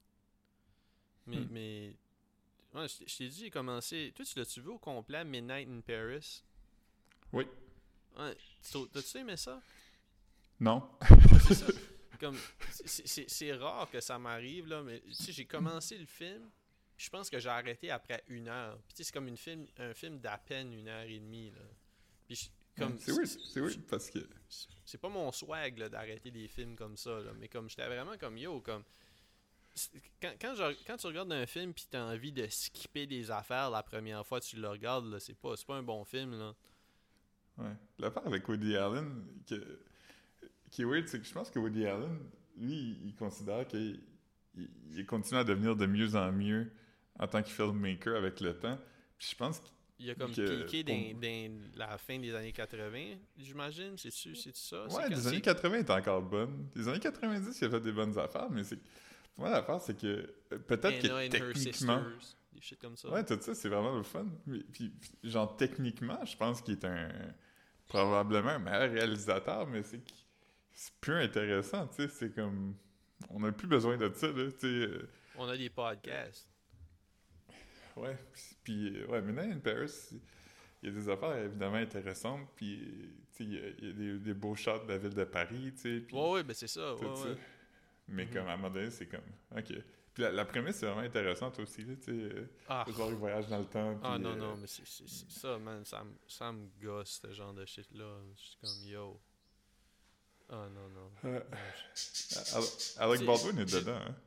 Mais, Hmm. mais. Ouais, je t'ai- je t'ai dit, j'ai commencé. Toi, tu l'as-tu vu au complet, Midnight in Paris? Oui. Ouais. T'as- T'as-tu aimé ça? Non. C'est ça. Comme, c'est- c'est c'est rare que ça m'arrive, là, mais tu sais, j'ai commencé le film, puis je pense que j'ai arrêté après une heure. Puis tu sais, c'est comme une film, un film d'à peine une heure et demie, là. Puis je- comme, c'est weird, c'est weird parce que... c'est pas mon swag, là, d'arrêter des films comme ça, là, mais comme j'étais vraiment comme yo, comme... c'est- Quand, quand, je- quand tu regardes un film puis t'as envie de skipper des affaires la première fois que tu le regardes, là, c'est pas, c'est pas un bon film, là. Ouais. L'affaire avec Woody Allen, que... qui est weird, c'est que je pense que Woody Allen, lui, il considère qu'il il, il continue à devenir de mieux en mieux en tant que filmmaker avec le temps. Puis je pense Il a comme que piqué pour- dans, dans la fin des années quatre-vingts, j'imagine. C'est-tu, c'est-tu ça? C'est Ouais, quand- les années c'est- quatre-vingts étaient encore bonnes. Les années quatre-vingt-dix, il a fait des bonnes affaires, mais c'est... Moi, l'affaire, c'est que euh, peut-être Anna que and Her techniquement... Sisters, des shit comme ça. Ouais, tout ça, c'est vraiment le fun. Mais, puis, puis, genre, techniquement, je pense qu'il est un... probablement un meilleur réalisateur, mais c'est que c'est plus intéressant, tu sais. C'est comme... On n'a plus besoin de ça, là, tu sais. euh, On a des podcasts. Ouais, puis, puis, euh, ouais, Midnight in Paris, il y a des affaires évidemment intéressantes, puis, euh, tu sais, il y a, il y a des, des beaux shots de la ville de Paris, tu sais, puis Ouais, ouais, ben c'est ça. tout Ouais, ça. ouais. Mais Mhm. comme, à un moment donné, c'est comme, OK. Puis la, la prémisse, c'est vraiment intéressante aussi, là, tu sais. euh, Ah, Genre, ils voyagent dans le temps, puis... ah non, euh, non, mais c'est, c'est, c'est ça, man. Ça, me- ça me gosse, ce genre de shit-là. Je suis comme, yo. Ah non, non. euh, Non, je, Alec Alec C'est- Baldwin est j'ai- dedans, hein.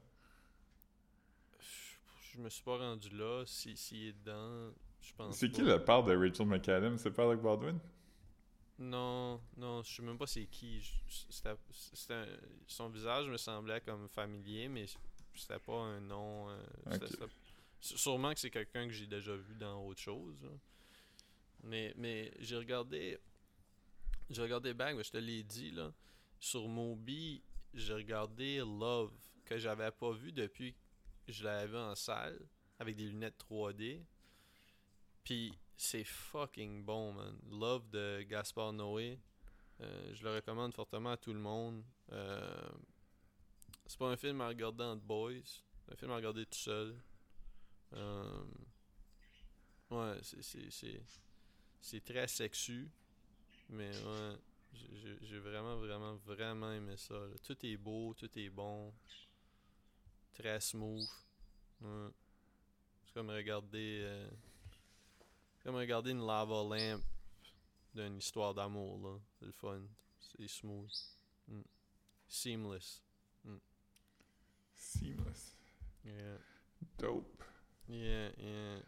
je- je me suis pas rendu là. Si, s'il est dedans, je pense C'est pas. qui le père de Rachel McAdams? C'est pas Alec Baldwin? Non, non, je sais même pas c'est qui. Je- C'était, c'était un- son visage me semblait comme familier, mais c'était pas un nom. euh, c'était- Ok. c'était- sûrement que c'est quelqu'un que j'ai déjà vu dans autre chose. là. Mais, mais j'ai regardé. J'ai regardé Bang, mais je te l'ai dit là. Sur Mobi, j'ai regardé Love, que j'avais pas vu depuis que je l'avais vu en salle, avec des lunettes trois D. Puis c'est fucking bon, man. Love de Gaspard Noé. Euh, je le recommande fortement à tout le monde. Euh, c'est pas un film à regarder entre boys. C'est un film à regarder tout seul. Euh, ouais, c'est, c'est, c'est, c'est très sexu. Mais ouais. J'ai j'ai vraiment, vraiment, vraiment aimé ça. Là. Tout est beau, tout est bon. Très smooth. Ouais. C'est comme regarder. Euh, c'est comme regarder une lava lamp d'une histoire d'amour, là. C'est le fun. C'est smooth. Mm. Seamless. Mm. Seamless. Yeah. Dope. Yeah, yeah.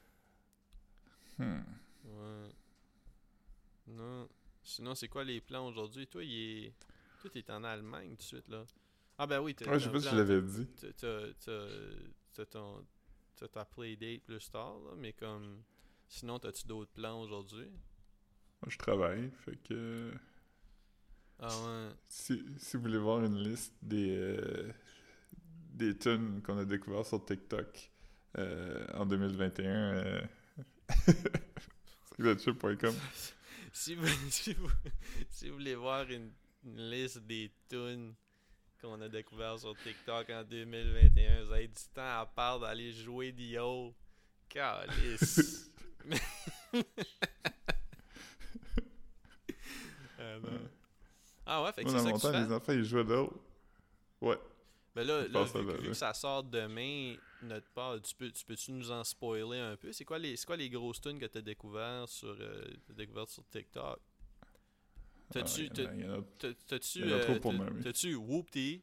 Hmm. Ouais. Non. Sinon, c'est quoi les plans aujourd'hui? Toi, il est. Toi, t'es en Allemagne tout de suite, là. Ah, ben oui, t'as Ouais, je sais un pas si plan. je l'avais dit. T'as t'as- t'as- t'as ton. T'as ta playdate plus tard, là, mais comme. Sinon, t'as-tu d'autres plans aujourd'hui? Moi, je travaille, fait que... Ah, ouais. Si, si vous voulez voir une liste des, euh, des tunes qu'on a découvert sur TikTok euh, en deux mille vingt et un, euh, sexatchip point com. si, vous, si, vous, si vous voulez voir une, une liste des tunes qu'on a découvert sur TikTok en deux mille vingt et un, vous avez du temps à part d'aller jouer Dio. Calice. ah, non. Ah ouais, fait que Moi, c'est dans ça mon que tu temps, fais? les enfants, ils jouaient dehors. Ouais. Ben là, Je là pense ça, vu, que, là, vu là. que ça sort demain, notre part, tu peux, tu peux-tu nous en spoiler un peu? C'est quoi les, c'est quoi les grosses tunes que t'as découvert sur, euh, t'as découvert sur TikTok? T'as-tu, Ah, t'as- il y en a- il y en a- t'as- t'as-tu, il y en a trop euh, pour t'as- m'aimer. t'as-tu Whoopty?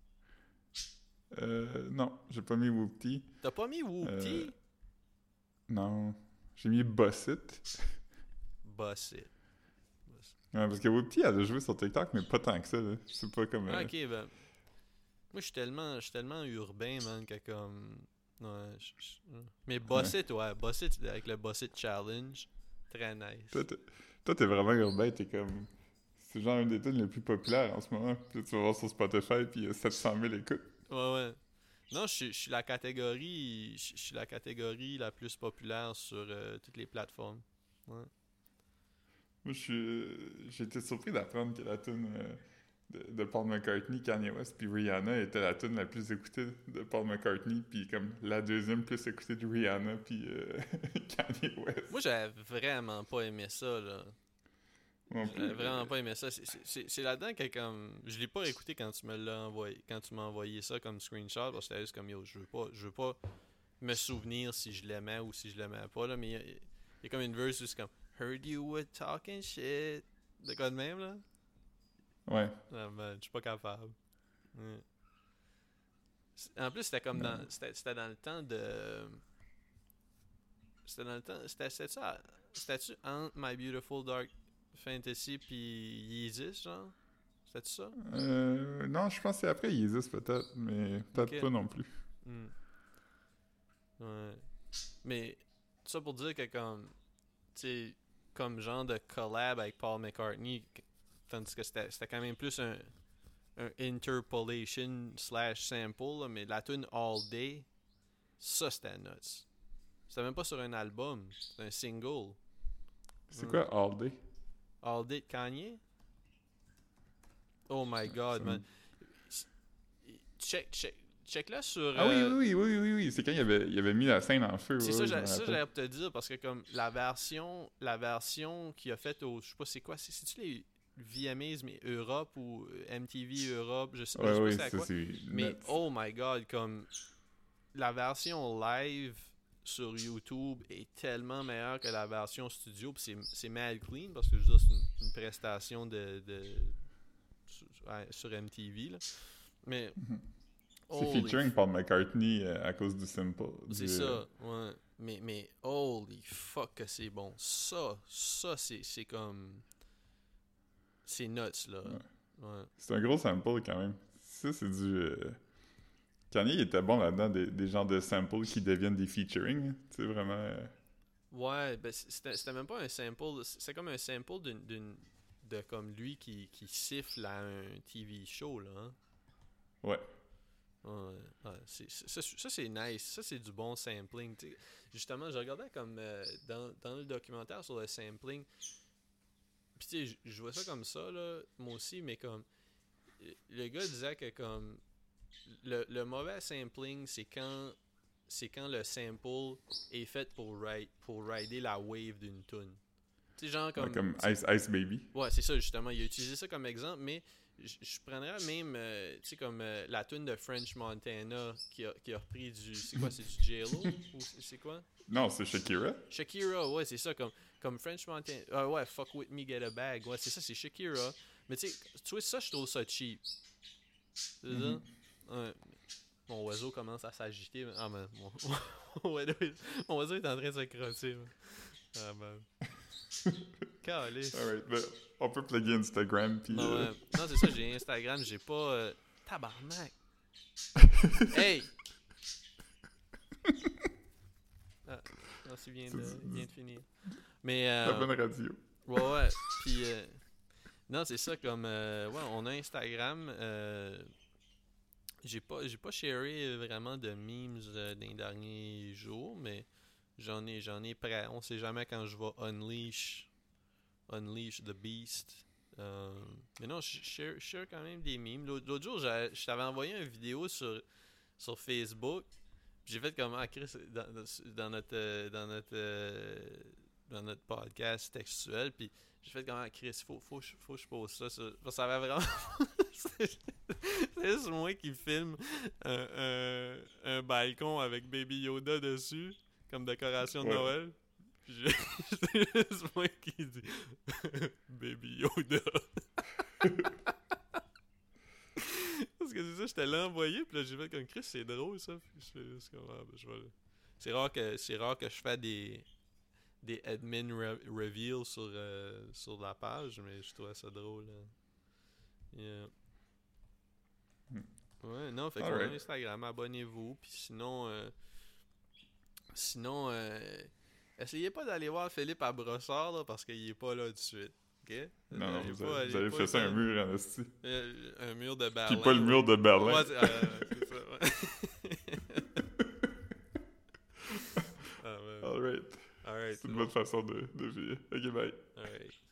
Euh, non, j'ai pas mis Whoopty. T'as pas mis Euh, Whoopty? non. J'ai mis Boss It. Boss it. Ouais, parce que Whoopty, elle a joué sur TikTok, mais pas tant que ça, là. C'est pas comme... Ah, euh, ok, ben. Moi, je suis tellement, je suis tellement urbain, man, que comme. Ouais, je- je- mais Boss Ouais. It, ouais. Boss It, avec le Boss It Challenge. Très nice. Toi, t'es, toi, t'es vraiment urbain, t'es comme... C'est genre un des tunes les plus populaires en ce moment. Puis là, tu vas voir sur Spotify, puis il y a sept cent mille écoutes. Ouais, ouais. Non, je suis- je suis la catégorie. Je je suis la catégorie la plus populaire sur euh, toutes les plateformes. Ouais. Moi, je suis... J'ai été surpris d'apprendre que la tune euh, de, de Paul McCartney, Kanye West, puis Rihanna était la tune la plus écoutée de Paul McCartney, puis comme la deuxième plus écoutée de Rihanna, puis euh, Kanye West. Moi, j'avais vraiment pas aimé ça, là. Non plus. J'avais vraiment pas aimé ça. C'est- c'est- C'est c'est là-dedans que, comme. Je l'ai pas écouté quand tu me l'as envoyé. Quand tu m'as envoyé ça comme screenshot, parce que c'était juste comme yo, je veux pas. Je veux pas me souvenir si je l'aimais ou si je l'aimais pas, là. Mais il y, a- il y a comme une verse où c'est comme Heard you were talking shit. De quoi de même, là? Ouais. Ah, man, je suis pas capable. Ouais. C'est- En plus, c'était comme dans. Non. C'était c'était dans le temps de. C'était dans le temps. C'était c'était ça. C'était-tu entre My Beautiful Dark Fantasy puis Yeezus, genre? C'était ça? Euh, non, je pense que c'est après Yeezus, peut-être, mais peut-être Ok. pas non plus. Hmm. Ouais. Mais, tout ça pour dire que comme. Tu sais, comme genre de collab avec Paul McCartney, qu- tandis que c'était c'était quand même plus un, un interpolation slash sample, là, mais la tune All Day, ça c'était nuts. C'était même pas sur un album, c'était un single. C'est Hmm. quoi All Day? All Day de Kanye? Oh my god, Ça man. me- Check, check, check là sur. Ah oui, euh, oui, oui, oui, oui, oui. C'est quand il avait, il avait mis la scène en feu. C'est ouais, ça, ouais, j'a- je me ça rappelle. j'allais te dire parce que comme la version la version qu'il a faite au je sais pas c'est quoi c'est c'est-tu les V M As mais Europe ou euh, M T V Europe je sais, je Ouais, sais oui, pas c'est à ça quoi c'est... mais nuts. oh my god comme la version live sur YouTube est tellement meilleure que la version studio puis c'est c'est mad clean parce que je veux dire c'est une, une prestation de, de sur, ouais, sur M T V là mais C'est holy featuring Paul McCartney euh, à cause du simple. C'est du, ça, euh, ouais. Mais, mais holy fuck que c'est bon. Ça, ça c'est, c'est comme... C'est nuts, là. Ouais. Ouais. C'est un gros sample quand même. Ça, c'est du... Euh... Kanye il était bon là-dedans, des, des genres de samples qui deviennent des featuring. C'est vraiment... euh, Ouais, ben c- c'était, c'était même pas un sample. C'est comme un sample d'une... d'une de comme lui qui, qui siffle à un T V show, là. Hein? Ouais. Ouais, ouais, c'est, c'est- ça, ça, c'est nice. Ça, c'est du bon sampling. T'sais, justement, je regardais comme euh, dans, dans le documentaire sur le sampling. Puis, tu sais, je- je vois ça comme ça, là, moi aussi, mais comme. Le gars disait que, comme. Le, le mauvais sampling, c'est quand. C'est quand le sample est fait pour, ride, pour rider la wave d'une tune. Tu Tu sais, genre comme... Ouais, comme Ice Ice Baby. Ouais, c'est ça, justement. Il a utilisé ça comme exemple, mais je, je prendrais même, euh, tu sais, comme euh, la tune de French Montana qui a, qui a repris du... C'est quoi, c'est du J L O? Ou c'est, c'est quoi? Non, c'est Shakira. Shakira, ouais, c'est ça, comme, comme French Montana... Ah ouais, Fuck With Me, Get A Bag. Ouais, c'est ça, c'est Shakira. Mais tu sais, tu vois, ça, je trouve ça cheap. C'est Mm-hmm. ça? Ouais. Mon oiseau commence à s'agiter. Ah, man, mon, mon, oiseau, mon oiseau est en train de se crosser. Man. Ah, man. Calice. Alright, ben, on peut plugger Instagram, puis... Non, euh... ouais. Non, c'est ça, j'ai Instagram, j'ai pas... Euh... Tabarnak! Hey! Ah, non, c'est bien de, bien de finir. Mais... Euh... La bonne radio. Ouais, ouais. Puis... Euh... Non, c'est ça, comme... Euh... Ouais, on a Instagram. Euh... J'ai pas, j'ai pas sharé vraiment de memes euh, dans les derniers jours, mais j'en ai, j'en ai prêt. On sait jamais quand je vais unleash... Unleash the Beast. Euh, mais non, je share, share quand même des memes. L'autre, l'autre jour, je t'avais envoyé une vidéo sur, sur Facebook. J'ai fait comme ah, Chris, dans, dans notre euh, dans notre euh, dans notre podcast textuel. Puis j'ai fait comme ah, Chris, faut, faut, faut que je pose ça. Ça, ça avait vraiment. c'est juste moi qui filme un, un, un balcon avec Baby Yoda dessus, comme décoration de Ouais. Noël. C'est juste moi qui dit Baby Yoda. Parce que c'est ça, je te l'ai envoyé, puis là j'ai fait comme Chris, c'est drôle ça. Puis je fais juste comme, ah, ben, je vais... C'est rare que c'est rare que je fais des des admin re- reveals sur euh, sur la page, mais je trouvais ça drôle. Là. Yeah. Ouais, non, fait qu'on a Instagram, abonnez-vous, puis sinon euh, sinon euh, essayez pas d'aller voir Philippe à Brossard, là, parce qu'il est pas là tout de suite. Okay? Non, non, Allez vous, pas, avez, allez vous avez pas fait ça dans- un mur en esti. euh, un mur de Berlin. Puis pas le mur de Berlin. Ouais, c'est, euh, c'est ça, ouais. Ah, man. Alright. Alright, C'est une c'est bonne bon. façon de, de vivre. Ok, bye. Alright.